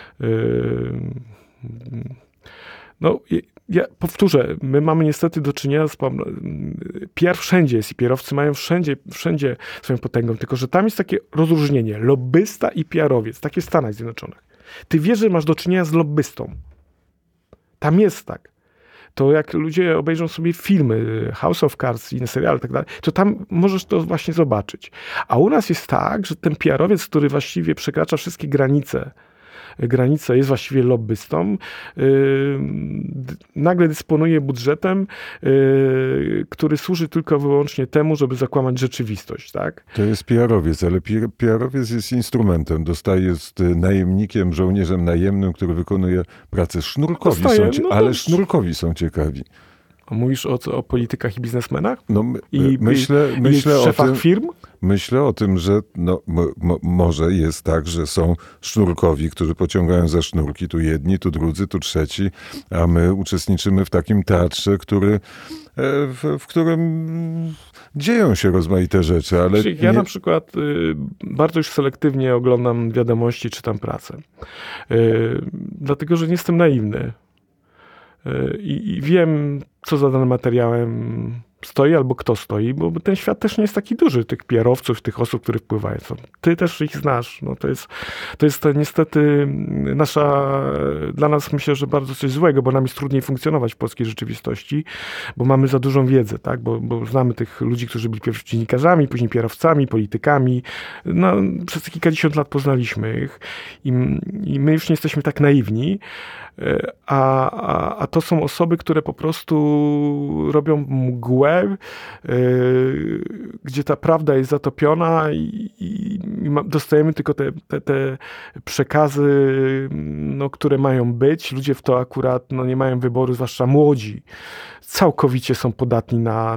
Ja powtórzę, my mamy niestety do czynienia z PR wszędzie jest i PR-owcy mają wszędzie swoją potęgą, tylko że tam jest takie rozróżnienie, lobbysta i PR-owiec, takie w Stanach Zjednoczonych. Ty wiesz, że masz do czynienia z lobbystą. Tam jest tak. To jak ludzie obejrzą sobie filmy, House of Cards, inne seriale i tak dalej, to tam możesz to właśnie zobaczyć. A u nas jest tak, że ten PR-owiec, który właściwie przekracza wszystkie granice, jest właściwie lobbystą, nagle dysponuje budżetem, który służy tylko wyłącznie temu, żeby zakłamać rzeczywistość, tak? To jest PR-owiec, ale PR-owiec jest instrumentem. Jest najemnikiem, żołnierzem najemnym, który wykonuje pracę. Sznurkowi są ciekawi. Mówisz o politykach i biznesmenach? Myślę o szefach firm? Myślę o tym, że może jest tak, że są sznurkowi, którzy pociągają za sznurki, tu jedni, tu drudzy, tu trzeci, a my uczestniczymy w takim teatrze, w którym dzieją się rozmaite rzeczy, ale... Ja na przykład bardzo już selektywnie oglądam wiadomości, czytam prasę. Dlatego, że nie jestem naiwny. I wiem, co za danym materiałem stoi albo kto stoi, bo ten świat też nie jest taki duży, tych PR-owców, tych osób, które wpływają. Ty też ich znasz. No to jest niestety dla nas myślę, że bardzo coś złego, bo nam jest trudniej funkcjonować w polskiej rzeczywistości, bo mamy za dużą wiedzę, tak? Bo znamy tych ludzi, którzy byli pierwszy dziennikarzami, później PR-owcami, politykami. No, przez te kilkadziesiąt lat poznaliśmy ich i my już nie jesteśmy tak naiwni, a to są osoby, które po prostu robią mgłę, gdzie ta prawda jest zatopiona i dostajemy tylko te przekazy, no, które mają być. Ludzie w to akurat nie mają wyboru, zwłaszcza młodzi. Całkowicie są podatni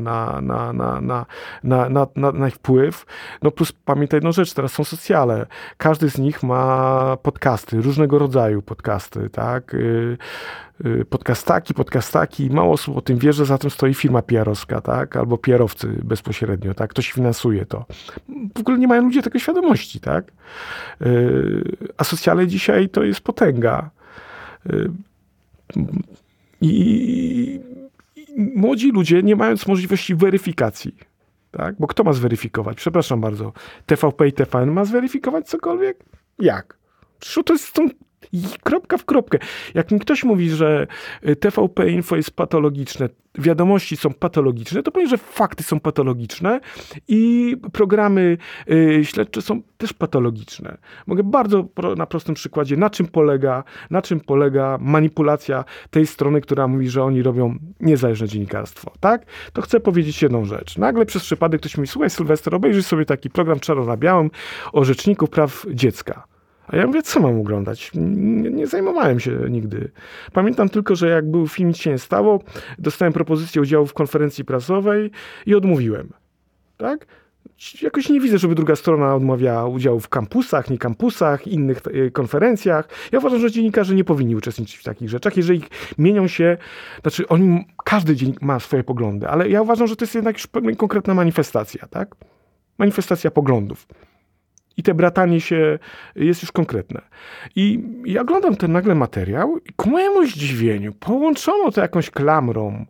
na ich wpływ. No plus pamiętaj jedną rzecz, teraz są socjale. Każdy z nich ma podcasty, różnego rodzaju podcasty, tak? Podcastaki. Mało osób o tym wie, że za tym stoi firma PR-owska, tak? Albo PR-owcy bezpośrednio, tak? Ktoś finansuje to. W ogóle nie mają ludzie tego świadomości, tak? A socjale dzisiaj to jest potęga. I młodzi ludzie, nie mając możliwości weryfikacji, tak? Bo kto ma zweryfikować? Przepraszam bardzo. TVP i TVN ma zweryfikować cokolwiek? Jak? Przecież to jest kropka w kropkę. Jak mi ktoś mówi, że TVP Info jest patologiczne, wiadomości są patologiczne, to powiem, że fakty są patologiczne i programy śledcze są też patologiczne. Mogę bardzo na prostym przykładzie, na czym polega manipulacja tej strony, która mówi, że oni robią niezależne dziennikarstwo, tak? To chcę powiedzieć jedną rzecz. Nagle przez przypadek ktoś mówi, słuchaj Sylwester, obejrzyj sobie taki program czarno na białym o rzeczniku praw dziecka. A ja mówię, co mam oglądać? Nie zajmowałem się nigdy. Pamiętam tylko, że jak był film Nic się nie stało, dostałem propozycję udziału w konferencji prasowej i odmówiłem. Tak? Jakoś nie widzę, żeby druga strona odmawiała udziału w kampusach, nie kampusach, innych konferencjach. Ja uważam, że dziennikarze nie powinni uczestniczyć w takich rzeczach, jeżeli mienią się, znaczy każdy dziennik ma swoje poglądy, ale ja uważam, że to jest jednak już konkretna manifestacja, tak? Manifestacja poglądów. I te bratanie się jest już konkretne. I ja oglądam ten nagle materiał i ku mojemu zdziwieniu połączono to jakąś klamrą.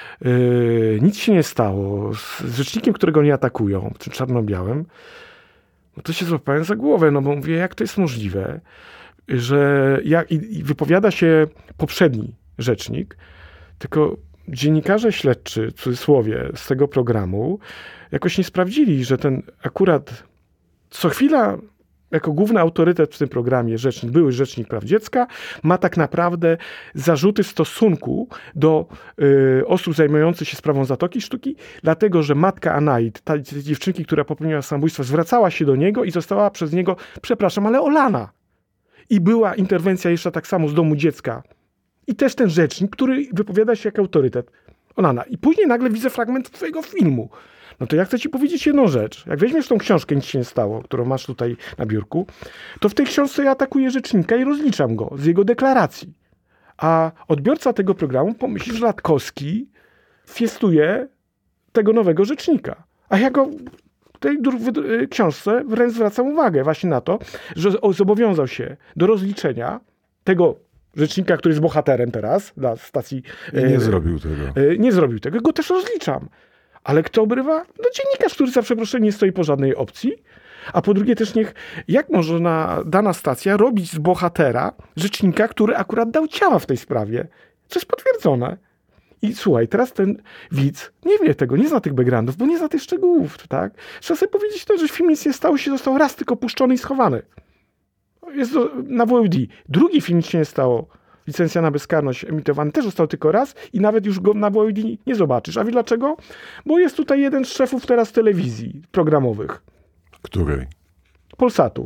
Nic się nie stało. Z rzecznikiem, którego nie atakują, tym czarno-białym. No to się złapałem za głowę, no bo mówię, jak to jest możliwe, że i wypowiada się poprzedni rzecznik, tylko dziennikarze śledczy, w cudzysłowie, z tego programu jakoś nie sprawdzili, że ten akurat co chwila, jako główny autorytet w tym programie, były rzecznik praw dziecka, ma tak naprawdę zarzuty w stosunku do osób zajmujących się sprawą Zatoki Sztuki, dlatego, że matka Anaid, ta dziewczynki, która popełniła samobójstwo, zwracała się do niego i została przez niego, przepraszam, ale olana. I była interwencja jeszcze tak samo z domu dziecka. I też ten rzecznik, który wypowiada się jak autorytet, olana. I później nagle widzę fragment twojego filmu. No to ja chcę ci powiedzieć jedną rzecz. Jak weźmiesz tą książkę Nic się nie stało, którą masz tutaj na biurku, to w tej książce ja atakuję rzecznika i rozliczam go z jego deklaracji. A odbiorca tego programu pomyśli, że Latkowski fiestuje tego nowego rzecznika. A ja go w tej książce wręcz zwracam uwagę właśnie na to, że zobowiązał się do rozliczenia tego rzecznika, który jest bohaterem teraz dla stacji. Nie zrobił tego. Nie zrobił tego. Go też rozliczam. Ale kto obrywa? No dziennikarz, który za przeproszeniem nie stoi po żadnej opcji. A po drugie też jak może dana stacja robić z bohatera rzecznika, który akurat dał ciała w tej sprawie? Co jest potwierdzone. I słuchaj, teraz ten widz nie wie tego, nie zna tych backgroundów, bo nie zna tych szczegółów, tak? Trzeba sobie powiedzieć to, że film Nic nie stało się, został raz tylko puszczony i schowany. Jest na VOD. Drugi film Nic się nie stało. Licencja na bezkarność emitowany też został tylko raz i nawet już go na VOD nie zobaczysz. A wie dlaczego? Bo jest tutaj jeden z szefów teraz telewizji programowych. Której? Polsatu.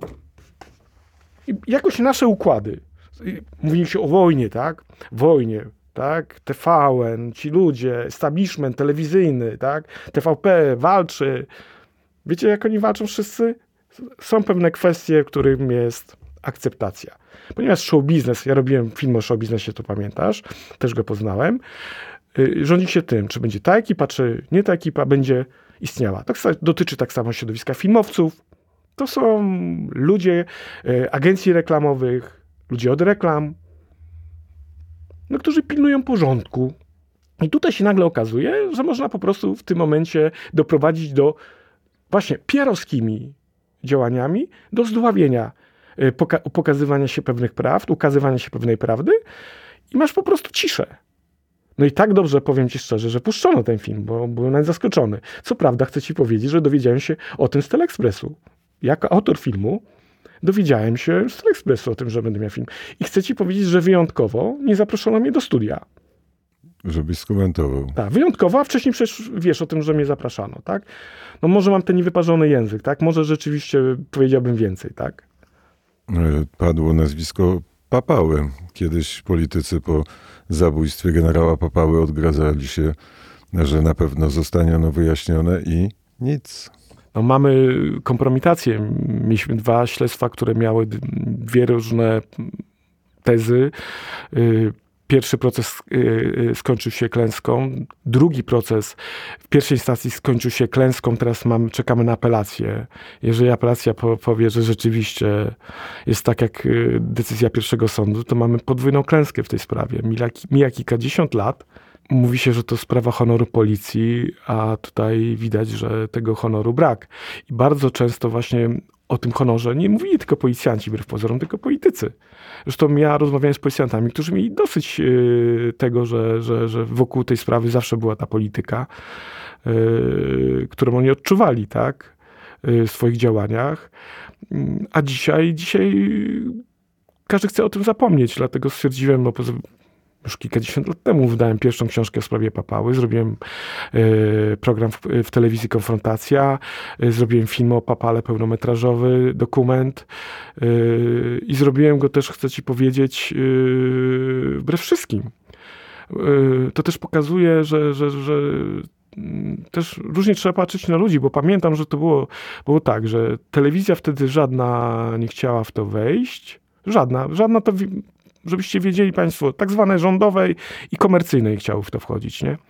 I jakoś nasze układy. Mówi się o wojnie, tak? Wojnie, tak? TVN, ci ludzie, establishment telewizyjny, tak? TVP walczy. Wiecie, jak oni walczą wszyscy? Są pewne kwestie, w którym jest akceptacja. Ponieważ show biznes, ja robiłem film o show biznesie, to pamiętasz, też go poznałem, rządzi się tym, czy będzie ta ekipa, czy nie ta ekipa będzie istniała. To dotyczy tak samo środowiska filmowców. To są ludzie agencji reklamowych, ludzie od reklam, no, którzy pilnują porządku I tutaj się nagle okazuje, że można po prostu w tym momencie doprowadzić do właśnie pierowskimi działaniami do zdławienia pokazywania się pewnych prawd, ukazywania się pewnej prawdy i masz po prostu ciszę. No i tak dobrze, powiem ci szczerze, że puszczono ten film, bo byłem nawet zaskoczony. Co prawda chcę ci powiedzieć, że dowiedziałem się o tym z Teleekspresu. Jako autor filmu dowiedziałem się z Teleekspresu o tym, że będę miał film. I chcę ci powiedzieć, że wyjątkowo nie zaproszono mnie do studia. Żebyś skomentował. Tak, wyjątkowo, a wcześniej przecież wiesz o tym, że mnie zapraszano, tak? No może mam ten niewyparzony język, tak? Może rzeczywiście powiedziałbym więcej, tak? Padło nazwisko Papały. Kiedyś politycy po zabójstwie generała Papały odgradzali się, że na pewno zostanie ono wyjaśnione i nic. No mamy kompromitację. Mieliśmy 2 śledztwa, które miały 2 różne tezy. Pierwszy proces skończył się klęską. Drugi proces w pierwszej instancji skończył się klęską. Teraz czekamy na apelację. Jeżeli apelacja powie, że rzeczywiście jest tak jak decyzja pierwszego sądu, to mamy podwójną klęskę w tej sprawie. Mija kilkadziesiąt lat. Mówi się, że to sprawa honoru policji, a tutaj widać, że tego honoru brak. I bardzo często właśnie o tym honorze nie mówili tylko policjanci, wbrew pozorom, tylko politycy. Zresztą ja rozmawiałem z policjantami, którzy mieli dosyć tego, że wokół tej sprawy zawsze była ta polityka, którą oni odczuwali, tak, w swoich działaniach. A dzisiaj każdy chce o tym zapomnieć, dlatego stwierdziłem, no już kilkadziesiąt lat temu wydałem pierwszą książkę w sprawie Papały, zrobiłem program w telewizji Konfrontacja, zrobiłem film o Papale, pełnometrażowy dokument i zrobiłem go też, chcę ci powiedzieć, wbrew wszystkim. To też pokazuje, że też różnie trzeba patrzeć na ludzi, bo pamiętam, że to było tak, że telewizja wtedy żadna nie chciała w to wejść. Żadna to, żebyście wiedzieli państwo, tak zwane rządowej i komercyjnej chciały w to wchodzić, nie?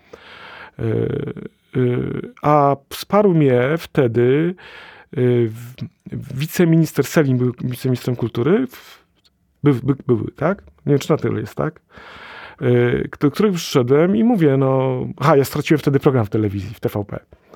A wsparł mnie wtedy wiceminister Selin, był wiceministrem kultury, był, tak? Nie wiem, czy na tyle jest, tak? Do których przyszedłem i mówię, ja straciłem wtedy program w telewizji, w TVP.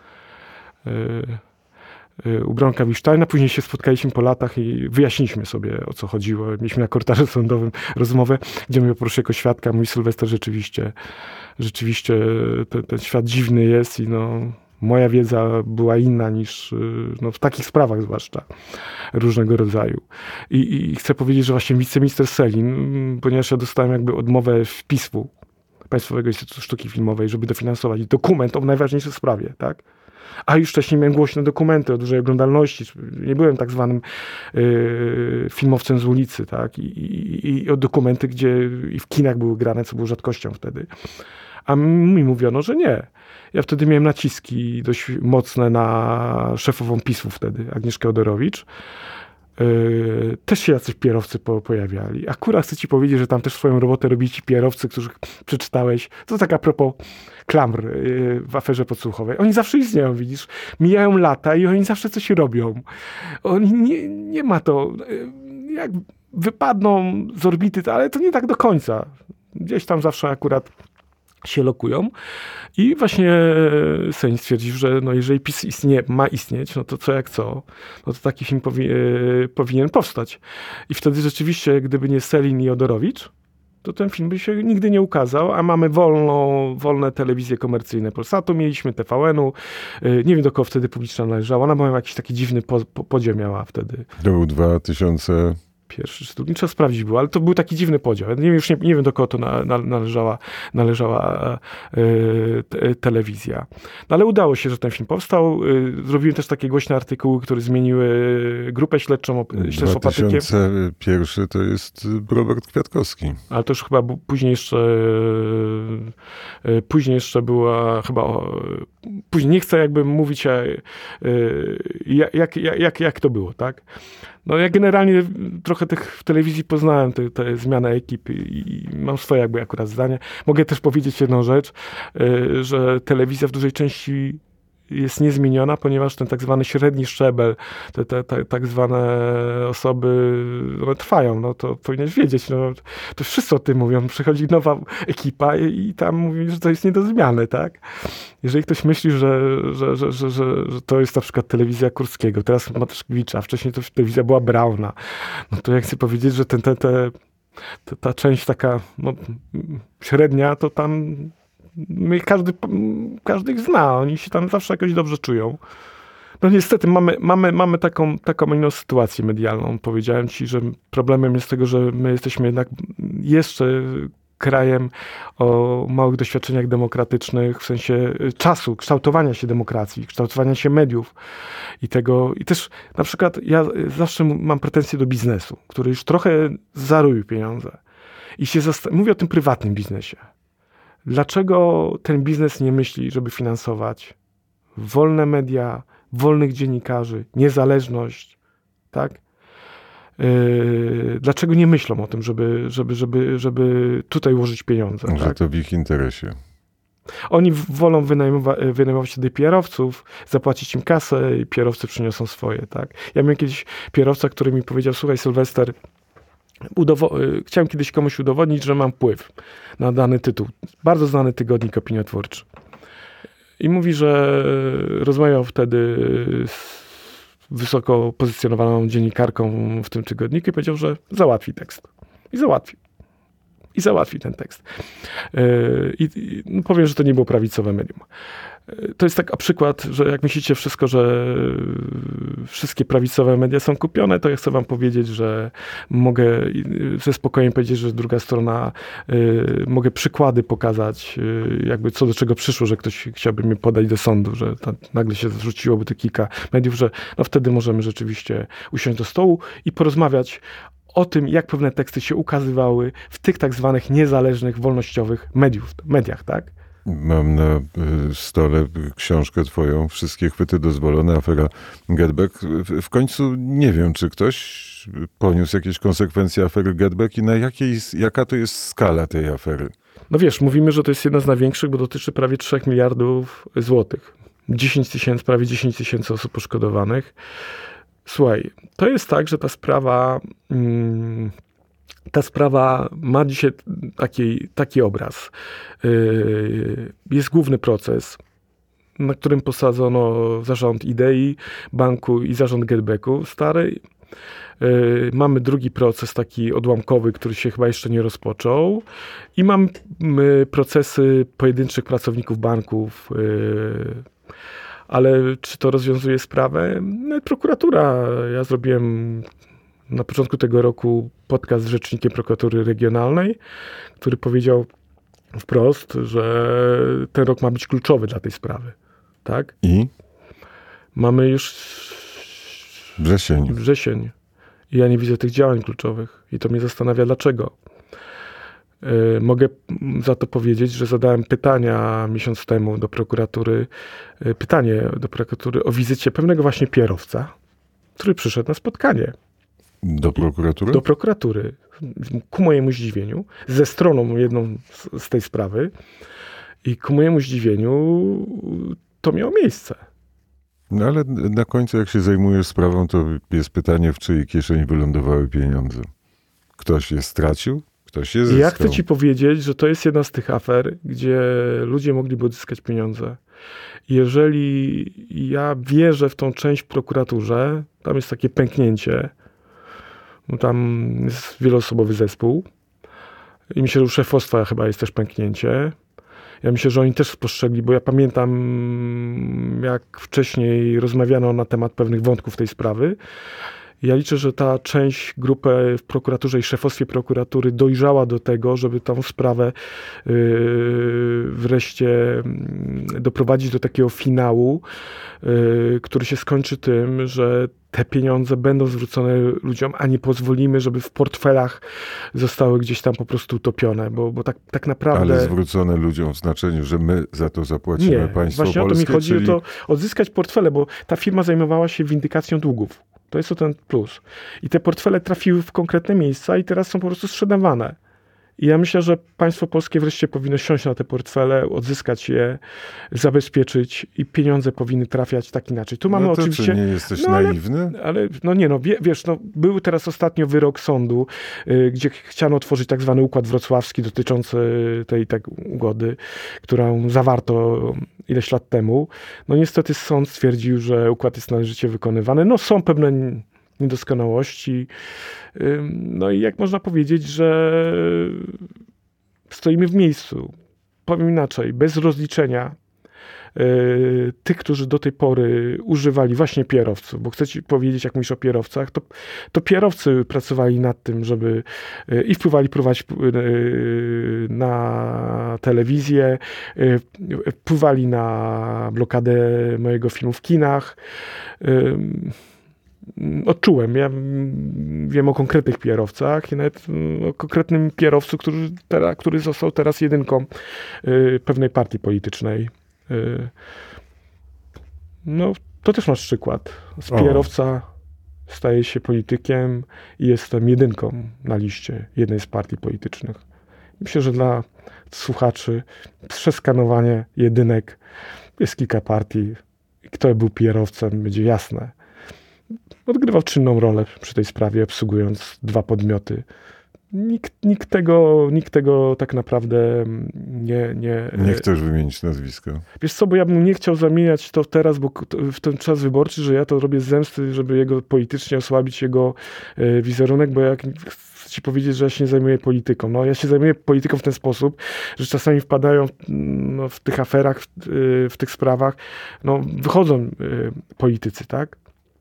U Bronka Wisztajna. Później się spotkaliśmy po latach i wyjaśniliśmy sobie, o co chodziło. Mieliśmy na korytarzu sądowym rozmowę, gdzie mnie poprosił jako świadka. Mój Sylwester rzeczywiście ten świat dziwny jest i moja wiedza była inna niż w takich sprawach zwłaszcza różnego rodzaju. I chcę powiedzieć, że właśnie wiceminister Selin, ponieważ ja dostałem jakby odmowę wpisu Państwowego Instytutu Sztuki Filmowej, żeby dofinansować dokument o najważniejszej sprawie, tak? A już wcześniej miałem głośne dokumenty o dużej oglądalności. Nie byłem tak zwanym filmowcem z ulicy, tak? I o dokumenty, gdzie i w kinach były grane, co było rzadkością wtedy. A mi mówiono, że nie. Ja wtedy miałem naciski dość mocne na szefową PiS-u wtedy, Agnieszkę Odorowicz. Też się jacyś pierowcy pojawiali. Akurat chcę ci powiedzieć, że tam też swoją robotę robili ci pierowcy, których przeczytałeś. To tak a propos klamr w aferze podsłuchowej. Oni zawsze istnieją, widzisz. Mijają lata i oni zawsze coś robią. Oni nie ma to. Jak wypadną z orbity, ale to nie tak do końca. Gdzieś tam zawsze akurat się lokują. I właśnie Sejm stwierdził, że jeżeli PiS ma istnieć, to co jak co, to taki film powinien powstać. I wtedy rzeczywiście, gdyby nie Selin i Odorowicz, to ten film by się nigdy nie ukazał, a mamy wolne telewizje komercyjne Polsatu, mieliśmy TVN-u, nie wiem do kogo wtedy publiczna należała, ona miała jakiś taki dziwny podział miała wtedy. To był 2000... Pierwszy czy drugi, trzeba sprawdzić było, ale to był taki dziwny podział. Nie wiem do kogo to należała telewizja. No ale udało się, że ten film powstał. Zrobiłem też takie głośne artykuły, które zmieniły grupę śledczą, śledztwo Patykiem. 2001 to jest Robert Kwiatkowski. Ale to już chyba później jeszcze była chyba... Później nie chcę jakby mówić, jak to było, tak? Ja generalnie trochę w telewizji poznałem te zmiany ekip i mam swoje jakby akurat zdanie. Mogę też powiedzieć jedną rzecz, że telewizja w dużej części jest niezmieniona, ponieważ ten tak zwany średni szczebel, te tak zwane osoby trwają. No to powinieneś wiedzieć, no, to wszyscy o tym mówią. Przychodzi nowa ekipa i tam mówi, że to jest nie do zmiany, tak? Jeżeli ktoś myśli, że to jest na przykład telewizja Kurskiego, teraz Mateuszkiewicza, wcześniej to telewizja była Brauna, no to ja chcę powiedzieć, że ta część taka no, średnia, to tam każdy ich zna, oni się tam zawsze jakoś dobrze czują. No niestety mamy taką inną sytuację medialną. Powiedziałem ci, że problemem jest tego, że my jesteśmy jednak jeszcze krajem o małych doświadczeniach demokratycznych, w sensie czasu, kształtowania się demokracji, kształtowania się mediów i też na przykład ja zawsze mam pretensje do biznesu, który już trochę zarobił pieniądze i mówię o tym prywatnym biznesie. Dlaczego ten biznes nie myśli, żeby finansować wolne media, wolnych dziennikarzy, niezależność, tak? Dlaczego nie myślą o tym, żeby tutaj ułożyć pieniądze? Że tak? to w ich interesie. Oni wolą wynajmować wtedy PR-owców, zapłacić im kasę i PR-owcy przyniosą swoje, tak? Ja miałem kiedyś PR-owca, który mi powiedział, słuchaj Sylwester, chciałem kiedyś komuś udowodnić, że mam wpływ na dany tytuł. Bardzo znany tygodnik opiniotwórczy. I mówi, że rozmawiał wtedy z wysoko pozycjonowaną dziennikarką w tym tygodniku i powiedział, że załatwi tekst. I załatwi ten tekst. No powiem, że to nie było prawicowe medium. To jest tak przykład, że jak myślicie że wszystkie prawicowe media są kupione, to ja chcę wam powiedzieć, że mogę ze spokojem powiedzieć, że druga strona, mogę przykłady pokazać, jakby co do czego przyszło, że ktoś chciałby mnie podać do sądu, że nagle się zrzuciłoby to kilka mediów, że no wtedy możemy rzeczywiście usiąść do stołu i porozmawiać o tym, jak pewne teksty się ukazywały w tych tak zwanych niezależnych, wolnościowych mediach, tak? Mam na stole książkę twoją, Wszystkie chwyty dozwolone, afera Getback. W końcu nie wiem, czy ktoś poniósł jakieś konsekwencje afery Getback i jaka to jest skala tej afery? No wiesz, mówimy, że to jest jedna z największych, bo dotyczy prawie 3 miliardów złotych. Prawie 10 tysięcy osób poszkodowanych. Słuchaj, to jest tak, że ta sprawa ma dzisiaj taki obraz. Jest główny proces, na którym posadzono zarząd Idei, banku i zarząd Getbacku starej. Mamy drugi proces taki odłamkowy, który się chyba jeszcze nie rozpoczął. I mamy procesy pojedynczych pracowników banków. Ale czy to rozwiązuje sprawę? Prokuratura. Ja zrobiłem na początku tego roku podcast z rzecznikiem prokuratury regionalnej, który powiedział wprost, że ten rok ma być kluczowy dla tej sprawy. Tak? I? Mamy już wrzesień. I ja nie widzę tych działań kluczowych. I to mnie zastanawia, dlaczego. Mogę za to powiedzieć, że zadałem miesiąc temu pytanie do prokuratury o wizycie pewnego właśnie PR-owca, który przyszedł na spotkanie. Do prokuratury? Do prokuratury. Ku mojemu zdziwieniu. Ze stroną jedną z tej sprawy. I ku mojemu zdziwieniu to miało miejsce. No ale na końcu, jak się zajmujesz sprawą, to jest pytanie, w czyjej kieszeni wylądowały pieniądze. Ktoś je stracił? Ktoś je zyskał? Ja chcę ci powiedzieć, że to jest jedna z tych afer, gdzie ludzie mogliby odzyskać pieniądze. Jeżeli ja wierzę w tą część w prokuraturze, tam jest takie pęknięcie, bo tam jest wieloosobowy zespół i myślę, że u szefostwa chyba jest też pęknięcie. Ja myślę, że oni też spostrzegli, bo ja pamiętam, jak wcześniej rozmawiano na temat pewnych wątków tej sprawy. Ja liczę, że ta część grupy w prokuraturze i szefostwie prokuratury dojrzała do tego, żeby tą sprawę wreszcie doprowadzić do takiego finału, który się skończy tym, że te pieniądze będą zwrócone ludziom, a nie pozwolimy, żeby w portfelach zostały gdzieś tam po prostu utopione, bo tak naprawdę... Ale zwrócone ludziom w znaczeniu, że my za to zapłacimy, nie, państwo właśnie polskie, o to mi chodzi, o to odzyskać portfele, bo ta firma zajmowała się windykacją długów. To jest ten plus. I te portfele trafiły w konkretne miejsca i teraz są po prostu sprzedawane. I ja myślę, że państwo polskie wreszcie powinno siąść na te portfele, odzyskać je, zabezpieczyć i pieniądze powinny trafiać tak inaczej. Tu mamy No to oczywiście... czy nie jesteś naiwny? Ale wiesz, był teraz ostatnio wyrok sądu, gdzie chciano otworzyć tak zwany układ wrocławski dotyczący tej ugody, którą zawarto ileś lat temu. No niestety sąd stwierdził, że układ jest należycie wykonywany. No są pewne niedoskonałości. No i jak można powiedzieć, że stoimy w miejscu. Powiem inaczej, bez rozliczenia tych, którzy do tej pory używali właśnie pierowców, bo chcę ci powiedzieć, jak mówisz o pierowcach, to pierowcy pracowali nad tym, żeby i wpływali na telewizję, wpływali na blokadę mojego filmu w kinach. Odczułem. Ja wiem o konkretnych pierowcach i nawet o konkretnym pierowcu, który został teraz jedynką pewnej partii politycznej. No, to też masz przykład. Pierowca staje się politykiem i jestem jedynką na liście jednej z partii politycznych. Myślę, że dla słuchaczy przeskanowanie jedynek jest kilka partii. Kto był pierowcem, będzie jasne. Odgrywał czynną rolę przy tej sprawie, obsługując 2 podmioty. Nikt tego tak naprawdę nie... Nie chcesz wymienić nazwiska. Wiesz co, bo ja bym nie chciał zamieniać to teraz, bo w ten czas wyborczy, że ja to robię z zemsty, żeby jego politycznie osłabić jego wizerunek, bo jak chcę ci powiedzieć, że ja się nie zajmuję polityką. No, ja się zajmuję polityką w ten sposób, że czasami wpadają w tych aferach, w tych sprawach, wychodzą politycy, tak?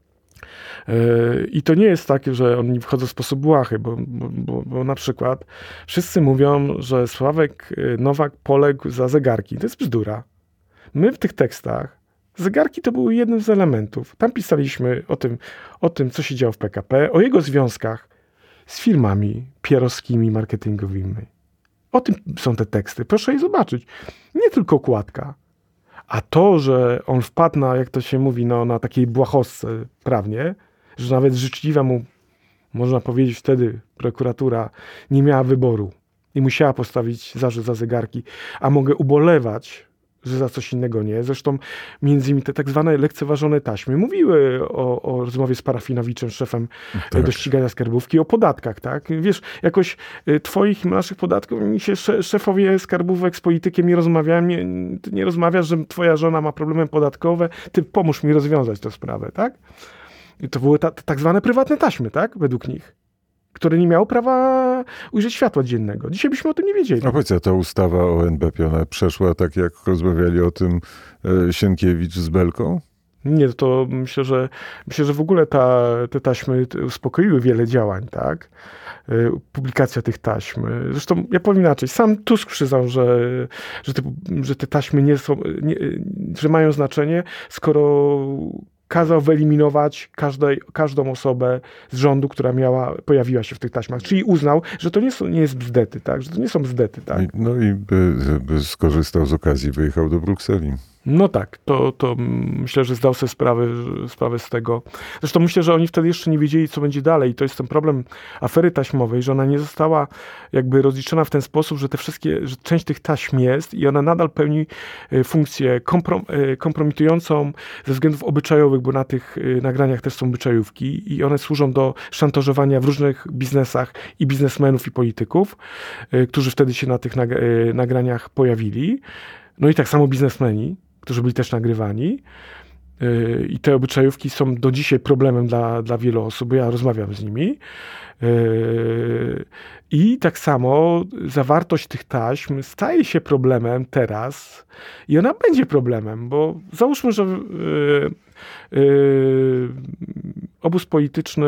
I to nie jest tak, że oni wchodzą w sposób błahy, bo na przykład wszyscy mówią, że Sławek Nowak poległ za zegarki. To jest bzdura. My w tych tekstach zegarki to były jednym z elementów. Tam pisaliśmy o tym, co się działo w PKP, o jego związkach z firmami pierowskimi, marketingowymi. O tym są te teksty. Proszę je zobaczyć. Nie tylko okładka. A to, że on wpadł na, jak to się mówi, na takiej błahostce prawnie, że nawet życzliwa mu, można powiedzieć wtedy, prokuratura nie miała wyboru i musiała postawić zarzut za zegarki, a mogę ubolewać, że za coś innego nie. Zresztą między innymi te tak zwane lekceważone taśmy mówiły o rozmowie z Parafinowiczem, szefem do ścigania skarbówki, o podatkach, tak? Wiesz, jakoś twoich i naszych podatków, mi się szefowie skarbówek z politykiem nie rozmawiają, ty nie rozmawiasz, że twoja żona ma problemy podatkowe, ty pomóż mi rozwiązać tę sprawę, tak? I to były tak zwane prywatne taśmy, tak? Według nich, które nie miało prawa ujrzeć światła dziennego. Dzisiaj byśmy o tym nie wiedzieli. A powiedz, ta ustawa o NBP, ona przeszła tak, jak rozmawiali o tym Sienkiewicz z Belką? Nie, to myślę, że w ogóle te taśmy uspokoiły wiele działań, tak? Publikacja tych taśm. Zresztą ja powiem inaczej. Sam Tusk przyznał, że te taśmy że mają znaczenie, skoro kazał wyeliminować każdą osobę z rządu, która pojawiła się w tych taśmach. Czyli uznał, że to nie jest bzdety, tak? Że to nie są bzdety, tak? No i by skorzystał z okazji, wyjechał do Brukseli. No tak, to myślę, że zdał sobie sprawę z tego. Zresztą myślę, że oni wtedy jeszcze nie wiedzieli, co będzie dalej. I to jest ten problem afery taśmowej, że ona nie została jakby rozliczona w ten sposób, że że część tych taśm jest i ona nadal pełni funkcję kompromitującą ze względów obyczajowych, bo na tych nagraniach też są obyczajówki i one służą do szantażowania w różnych biznesach i biznesmenów i polityków, którzy wtedy się na tych nagraniach pojawili. No i tak samo biznesmeni, którzy byli też nagrywani. I te obyczajówki są do dzisiaj problemem dla wielu osób, bo ja rozmawiam z nimi. I tak samo zawartość tych taśm staje się problemem teraz i ona będzie problemem, bo załóżmy, że obóz polityczny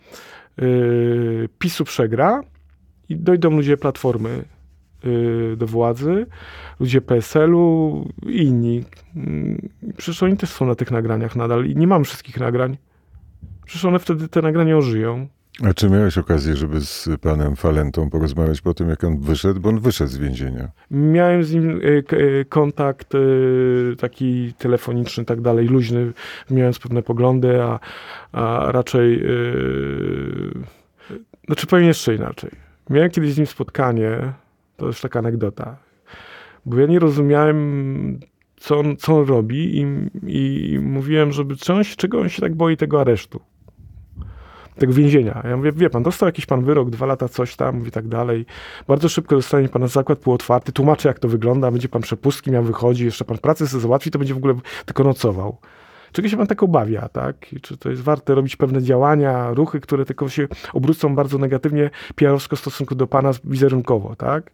PiS-u przegra i dojdą ludzie Platformy do władzy, ludzie PSL-u i inni. Przecież oni też są na tych nagraniach nadal i nie mam wszystkich nagrań. Przecież one wtedy te nagrania ożyją. A czy miałeś okazję, żeby z panem Falentą porozmawiać po tym, jak on wyszedł? Bo on wyszedł z więzienia. Miałem z nim kontakt taki telefoniczny, tak dalej, luźny, mając pewne poglądy, a raczej... Znaczy powiem jeszcze inaczej. Miałem kiedyś z nim spotkanie, to już taka anegdota, bo ja nie rozumiałem, co on robi i mówiłem, czego on się tak boi tego aresztu, tego więzienia. Ja mówię, wie pan, dostał jakiś pan wyrok, 2 lata coś tam i tak dalej. Bardzo szybko dostanie pan na zakład półotwarty, tłumaczę jak to wygląda, będzie pan przepustki miał, wychodzi, jeszcze pan pracę sobie załatwi, to będzie w ogóle tylko nocował. Czego się pan tak obawia, tak? I czy to jest warte robić pewne działania, ruchy, które tylko się obrócą bardzo negatywnie PR-owsko w stosunku do pana wizerunkowo, tak?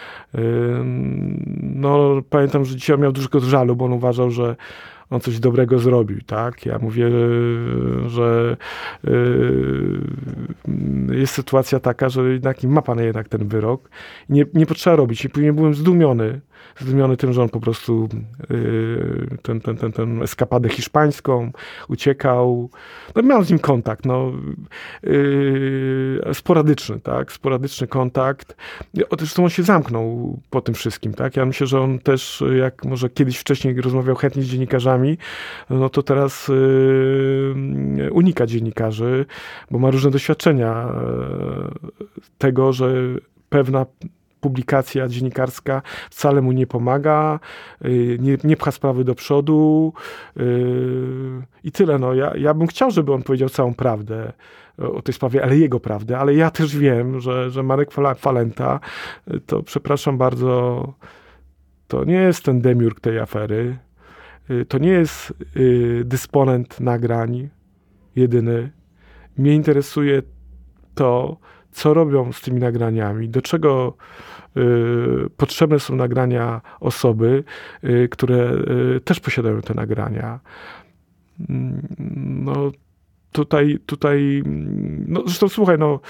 No, pamiętam, że dzisiaj miał dużego żalu, bo on uważał, że on coś dobrego zrobił, tak? Ja mówię, że jest sytuacja taka, że jednak ma pan jednak ten wyrok. Nie potrzeba robić. I później byłem zdumiony tym, że on po prostu tę eskapadę hiszpańską uciekał. No, miałem z nim kontakt, no, sporadyczny, tak? Sporadyczny kontakt. Zresztą on się zamknął po tym wszystkim, tak? Ja myślę, że on też, jak może kiedyś wcześniej rozmawiał chętnie z dziennikarzami, no to teraz unika dziennikarzy, bo ma różne doświadczenia tego, że pewna publikacja dziennikarska wcale mu nie pomaga, nie pcha sprawy do przodu i tyle. No, ja bym chciał, żeby on powiedział całą prawdę o tej sprawie, ale jego prawdę, ale ja też wiem, że Marek Falenta, to przepraszam bardzo, to nie jest ten demiurg tej afery, to nie jest dysponent nagrań jedyny. Mnie interesuje to, co robią z tymi nagraniami, do czego potrzebne są nagrania osoby, które też posiadają te nagrania. No tutaj no zresztą słuchaj, no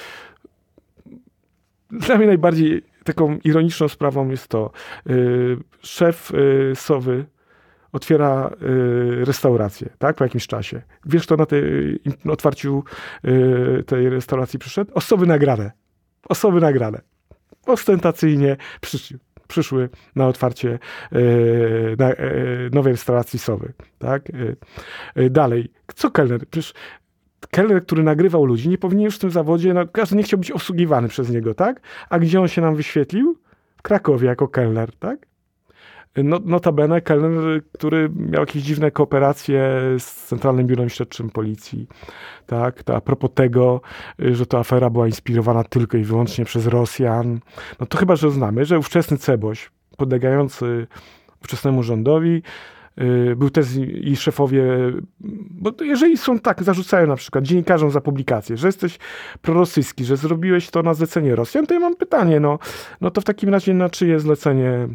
dla mnie najbardziej taką ironiczną sprawą jest to, szef Sowy otwiera restaurację, tak, po jakimś czasie. Wiesz, kto na otwarciu tej restauracji przyszedł? Osoby nagrane. Ostentacyjnie przyszły na otwarcie nowej restauracji Sowy, tak. Dalej, co kelner? Przecież kelner, który nagrywał ludzi, nie powinien już w tym zawodzie, no, każdy nie chciał być obsługiwany przez niego, tak? A gdzie on się nam wyświetlił? W Krakowie jako kelner, tak? Notabene kelner, który miał jakieś dziwne kooperacje z Centralnym Biurem Śledczym Policji. Tak? To a propos tego, że ta afera była inspirowana tylko i wyłącznie przez Rosjan. No to chyba, że znamy, że ówczesny Ceboś, podlegający ówczesnemu rządowi, był też i szefowie, bo jeżeli są tak, zarzucają na przykład dziennikarzom za publikację, że jesteś prorosyjski, że zrobiłeś to na zlecenie Rosjan, to ja mam pytanie, no to w takim razie na czyje zlecenie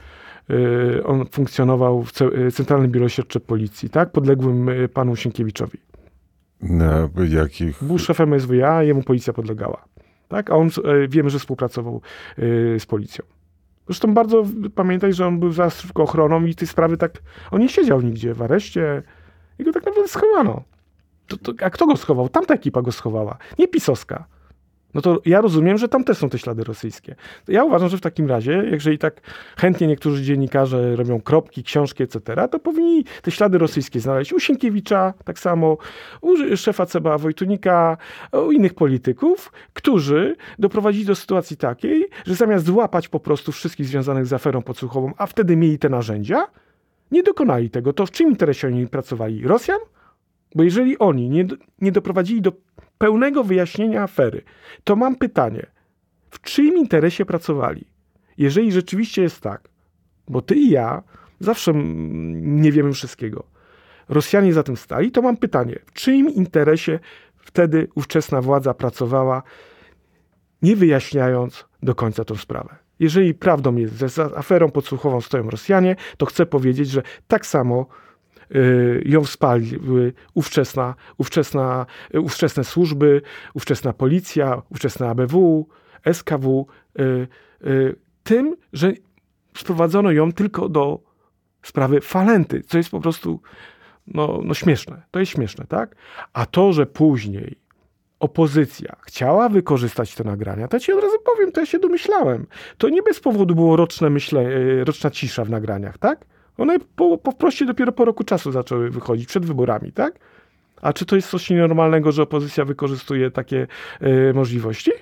on funkcjonował w Centralnym Biurze Śledczym Policji, tak? Podległym panu Sienkiewiczowi. Na jakich? Był szefem SWiA, jemu policja podlegała. Tak? A on wiemy, że współpracował z policją. Zresztą bardzo pamiętaj, że on był za szybko ochroną i tej sprawy tak... On nie siedział nigdzie w areszcie i go tak naprawdę schowano. A kto go schował? Tamta ekipa go schowała. Nie pisowska. No to ja rozumiem, że tam też są te ślady rosyjskie. Ja uważam, że w takim razie, jeżeli tak chętnie niektórzy dziennikarze robią kropki, książki, etc., to powinni te ślady rosyjskie znaleźć u Sienkiewicza, tak samo u szefa CBA Wojtunika, u innych polityków, którzy doprowadzili do sytuacji takiej, że zamiast złapać po prostu wszystkich związanych z aferą podsłuchową, a wtedy mieli te narzędzia, nie dokonali tego. To w czym interesie oni pracowali? Rosjan? Bo jeżeli oni nie doprowadzili do pełnego wyjaśnienia afery, to mam pytanie, w czyim interesie pracowali? Jeżeli rzeczywiście jest tak, bo ty i ja zawsze nie wiemy wszystkiego, Rosjanie za tym stali, to mam pytanie, w czyim interesie wtedy ówczesna władza pracowała, nie wyjaśniając do końca tą sprawę? Jeżeli prawdą jest, że za aferą podsłuchową stoją Rosjanie, to chcę powiedzieć, że tak samo ją wsparły ówczesne służby, ówczesna policja, ówczesne ABW, SKW, tym, że sprowadzono ją tylko do sprawy Falenty, co jest po prostu śmieszne. To jest śmieszne, tak? A to, że później opozycja chciała wykorzystać te nagrania, to ja ci od razu powiem, to ja się domyślałem. To nie bez powodu było roczna cisza w nagraniach, tak? One po wproście dopiero po roku czasu zaczęły wychodzić, przed wyborami, tak? A czy to jest coś nienormalnego, że opozycja wykorzystuje takie możliwości?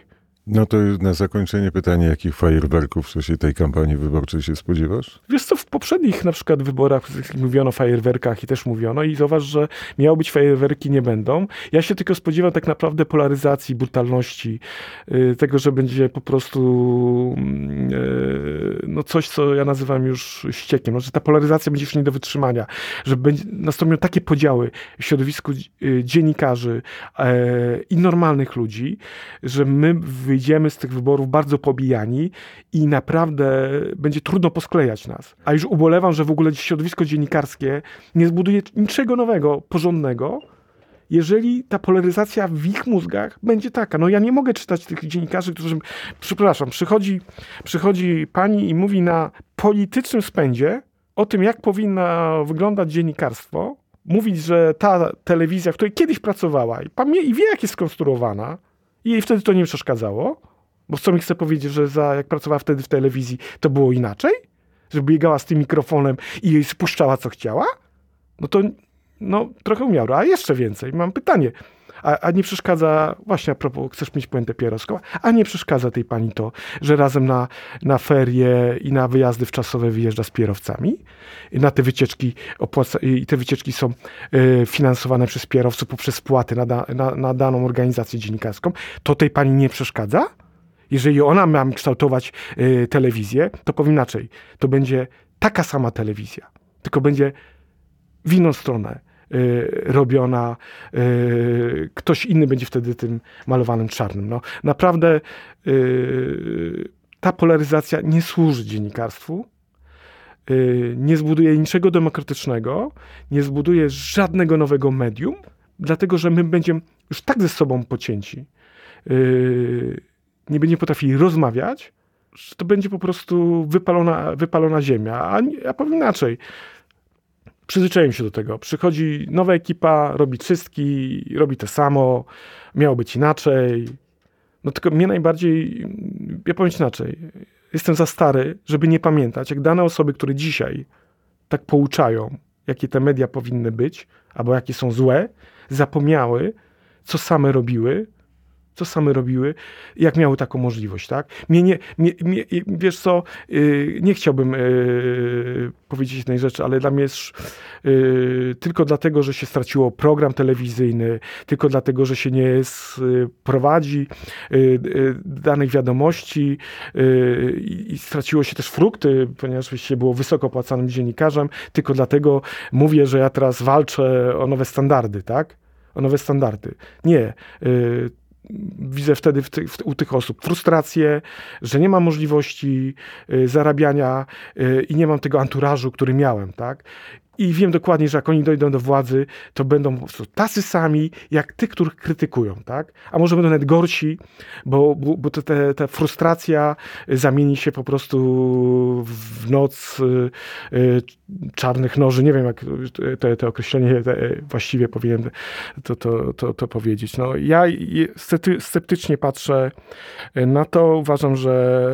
No to na zakończenie pytanie, jakich fajerwerków w czasie tej kampanii wyborczej się spodziewasz? Wiesz co, w poprzednich na przykład wyborach mówiono o fajerwerkach i też mówiono i zauważ, że miało być fajerwerki, nie będą. Ja się tylko spodziewam tak naprawdę polaryzacji, brutalności, tego, że będzie po prostu no coś, co ja nazywam już ściekiem, no, że ta polaryzacja będzie już nie do wytrzymania, że nastąpią takie podziały w środowisku dziennikarzy i normalnych ludzi, że my wyjdziemy z tych wyborów bardzo pobijani i naprawdę będzie trudno posklejać nas. A już ubolewam, że w ogóle środowisko dziennikarskie nie zbuduje niczego nowego, porządnego, jeżeli ta polaryzacja w ich mózgach będzie taka. No ja nie mogę czytać tych dziennikarzy, którzy, przepraszam, przychodzi pani i mówi na politycznym spędzie o tym, jak powinno wyglądać dziennikarstwo, mówić, że ta telewizja, w której kiedyś pracowała i wie, jak jest skonstruowana, i jej wtedy to nie przeszkadzało, bo co mi chce powiedzieć, że jak pracowała wtedy w telewizji, to było inaczej? Że biegała z tym mikrofonem i jej spuszczała, co chciała? No to trochę umiaru. A jeszcze więcej, mam pytanie. A nie przeszkadza, właśnie a propos, chcesz mieć puentę pierowską, a nie przeszkadza tej pani to, że razem na ferie i na wyjazdy wczasowe wyjeżdża z pierowcami? I na te wycieczki i te wycieczki są finansowane przez pierowców poprzez spłaty na daną organizację dziennikarską. To tej pani nie przeszkadza? Jeżeli ona ma kształtować telewizję, to powiem inaczej. To będzie taka sama telewizja, tylko będzie w inną stronę robiona. Ktoś inny będzie wtedy tym malowanym czarnym. No, naprawdę ta polaryzacja nie służy dziennikarstwu, nie zbuduje niczego demokratycznego, nie zbuduje żadnego nowego medium, dlatego że my będziemy już tak ze sobą pocięci, nie będziemy potrafili rozmawiać, że to będzie po prostu wypalona ziemia. A powiem inaczej. Przyzwyczaiłem się do tego. Przychodzi nowa ekipa, robi czystki, robi to samo, miało być inaczej. No tylko mnie najbardziej, ja powiem inaczej, jestem za stary, żeby nie pamiętać, jak dane osoby, które dzisiaj tak pouczają, jakie te media powinny być, albo jakie są złe, zapomniały, co same robiły, jak miały taką możliwość, tak? Wiesz co, nie chciałbym powiedzieć jednej rzeczy, ale dla mnie jest tylko dlatego, że się straciło program telewizyjny, tylko dlatego, że się nie prowadzi danych wiadomości i straciło się też frukty, ponieważ się było wysoko opłacanym dziennikarzem, tylko dlatego mówię, że ja teraz walczę o nowe standardy, tak? O nowe standardy. Nie. Widzę wtedy u tych osób frustrację, że nie mam możliwości zarabiania i nie mam tego anturażu, który miałem, tak? I wiem dokładnie, że jak oni dojdą do władzy, to będą po prostu tacy sami, jak tych, których krytykują, tak? A może będą nawet gorsi, bo ta frustracja zamieni się po prostu w noc czarnych noży. Nie wiem, jak te określenie właściwie powinien to powiedzieć. No, ja sceptycznie patrzę na to. Uważam, że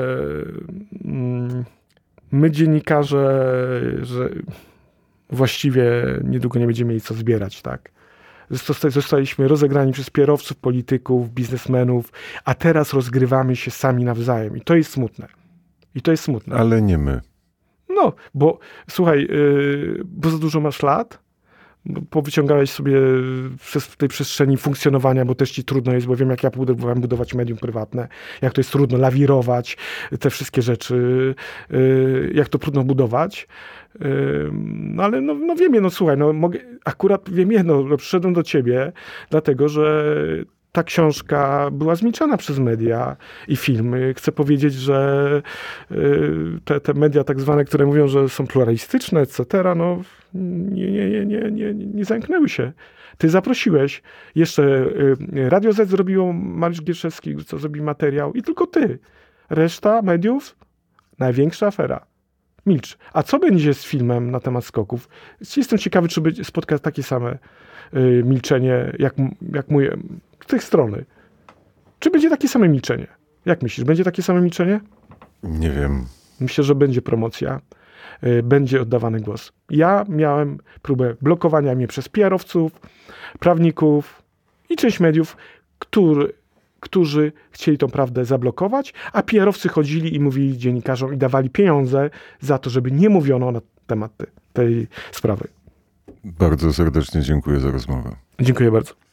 my dziennikarze, że właściwie niedługo nie będziemy mieli co zbierać, tak? Zostaliśmy rozegrani przez pierowców, polityków, biznesmenów, a teraz rozgrywamy się sami nawzajem. I to jest smutne. Ale nie my. No, bo słuchaj, bo za dużo masz lat, powyciągałeś sobie w tej przestrzeni funkcjonowania, bo też ci trudno jest, bo wiem, jak ja próbowałem budować medium prywatne, jak to jest trudno lawirować, te wszystkie rzeczy, jak to trudno budować. No ale no wiem jedno, słuchaj, akurat wiem jedno, przyszedłem do ciebie, dlatego, że ta książka była zmilczana przez media i filmy. Chcę powiedzieć, że te media tak zwane, które mówią, że są pluralistyczne, etc., no nie zamknęły się. Ty zaprosiłeś, jeszcze Radio Z zrobiło, Mariusz Gierszewski, co zrobi materiał i tylko ty. Reszta mediów, największa afera. Milcz. A co będzie z filmem na temat skoków? Jestem ciekawy, czy spotka takie same milczenie, jak mój, z tej strony. Czy będzie takie same milczenie? Jak myślisz, będzie takie same milczenie? Nie wiem. Myślę, że będzie promocja, będzie oddawany głos. Ja miałem próbę blokowania mnie przez PR-owców, prawników i część mediów, którzy chcieli tą prawdę zablokować, a PR-owcy chodzili i mówili dziennikarzom i dawali pieniądze za to, żeby nie mówiono na temat tej sprawy. Bardzo serdecznie dziękuję za rozmowę. Dziękuję bardzo.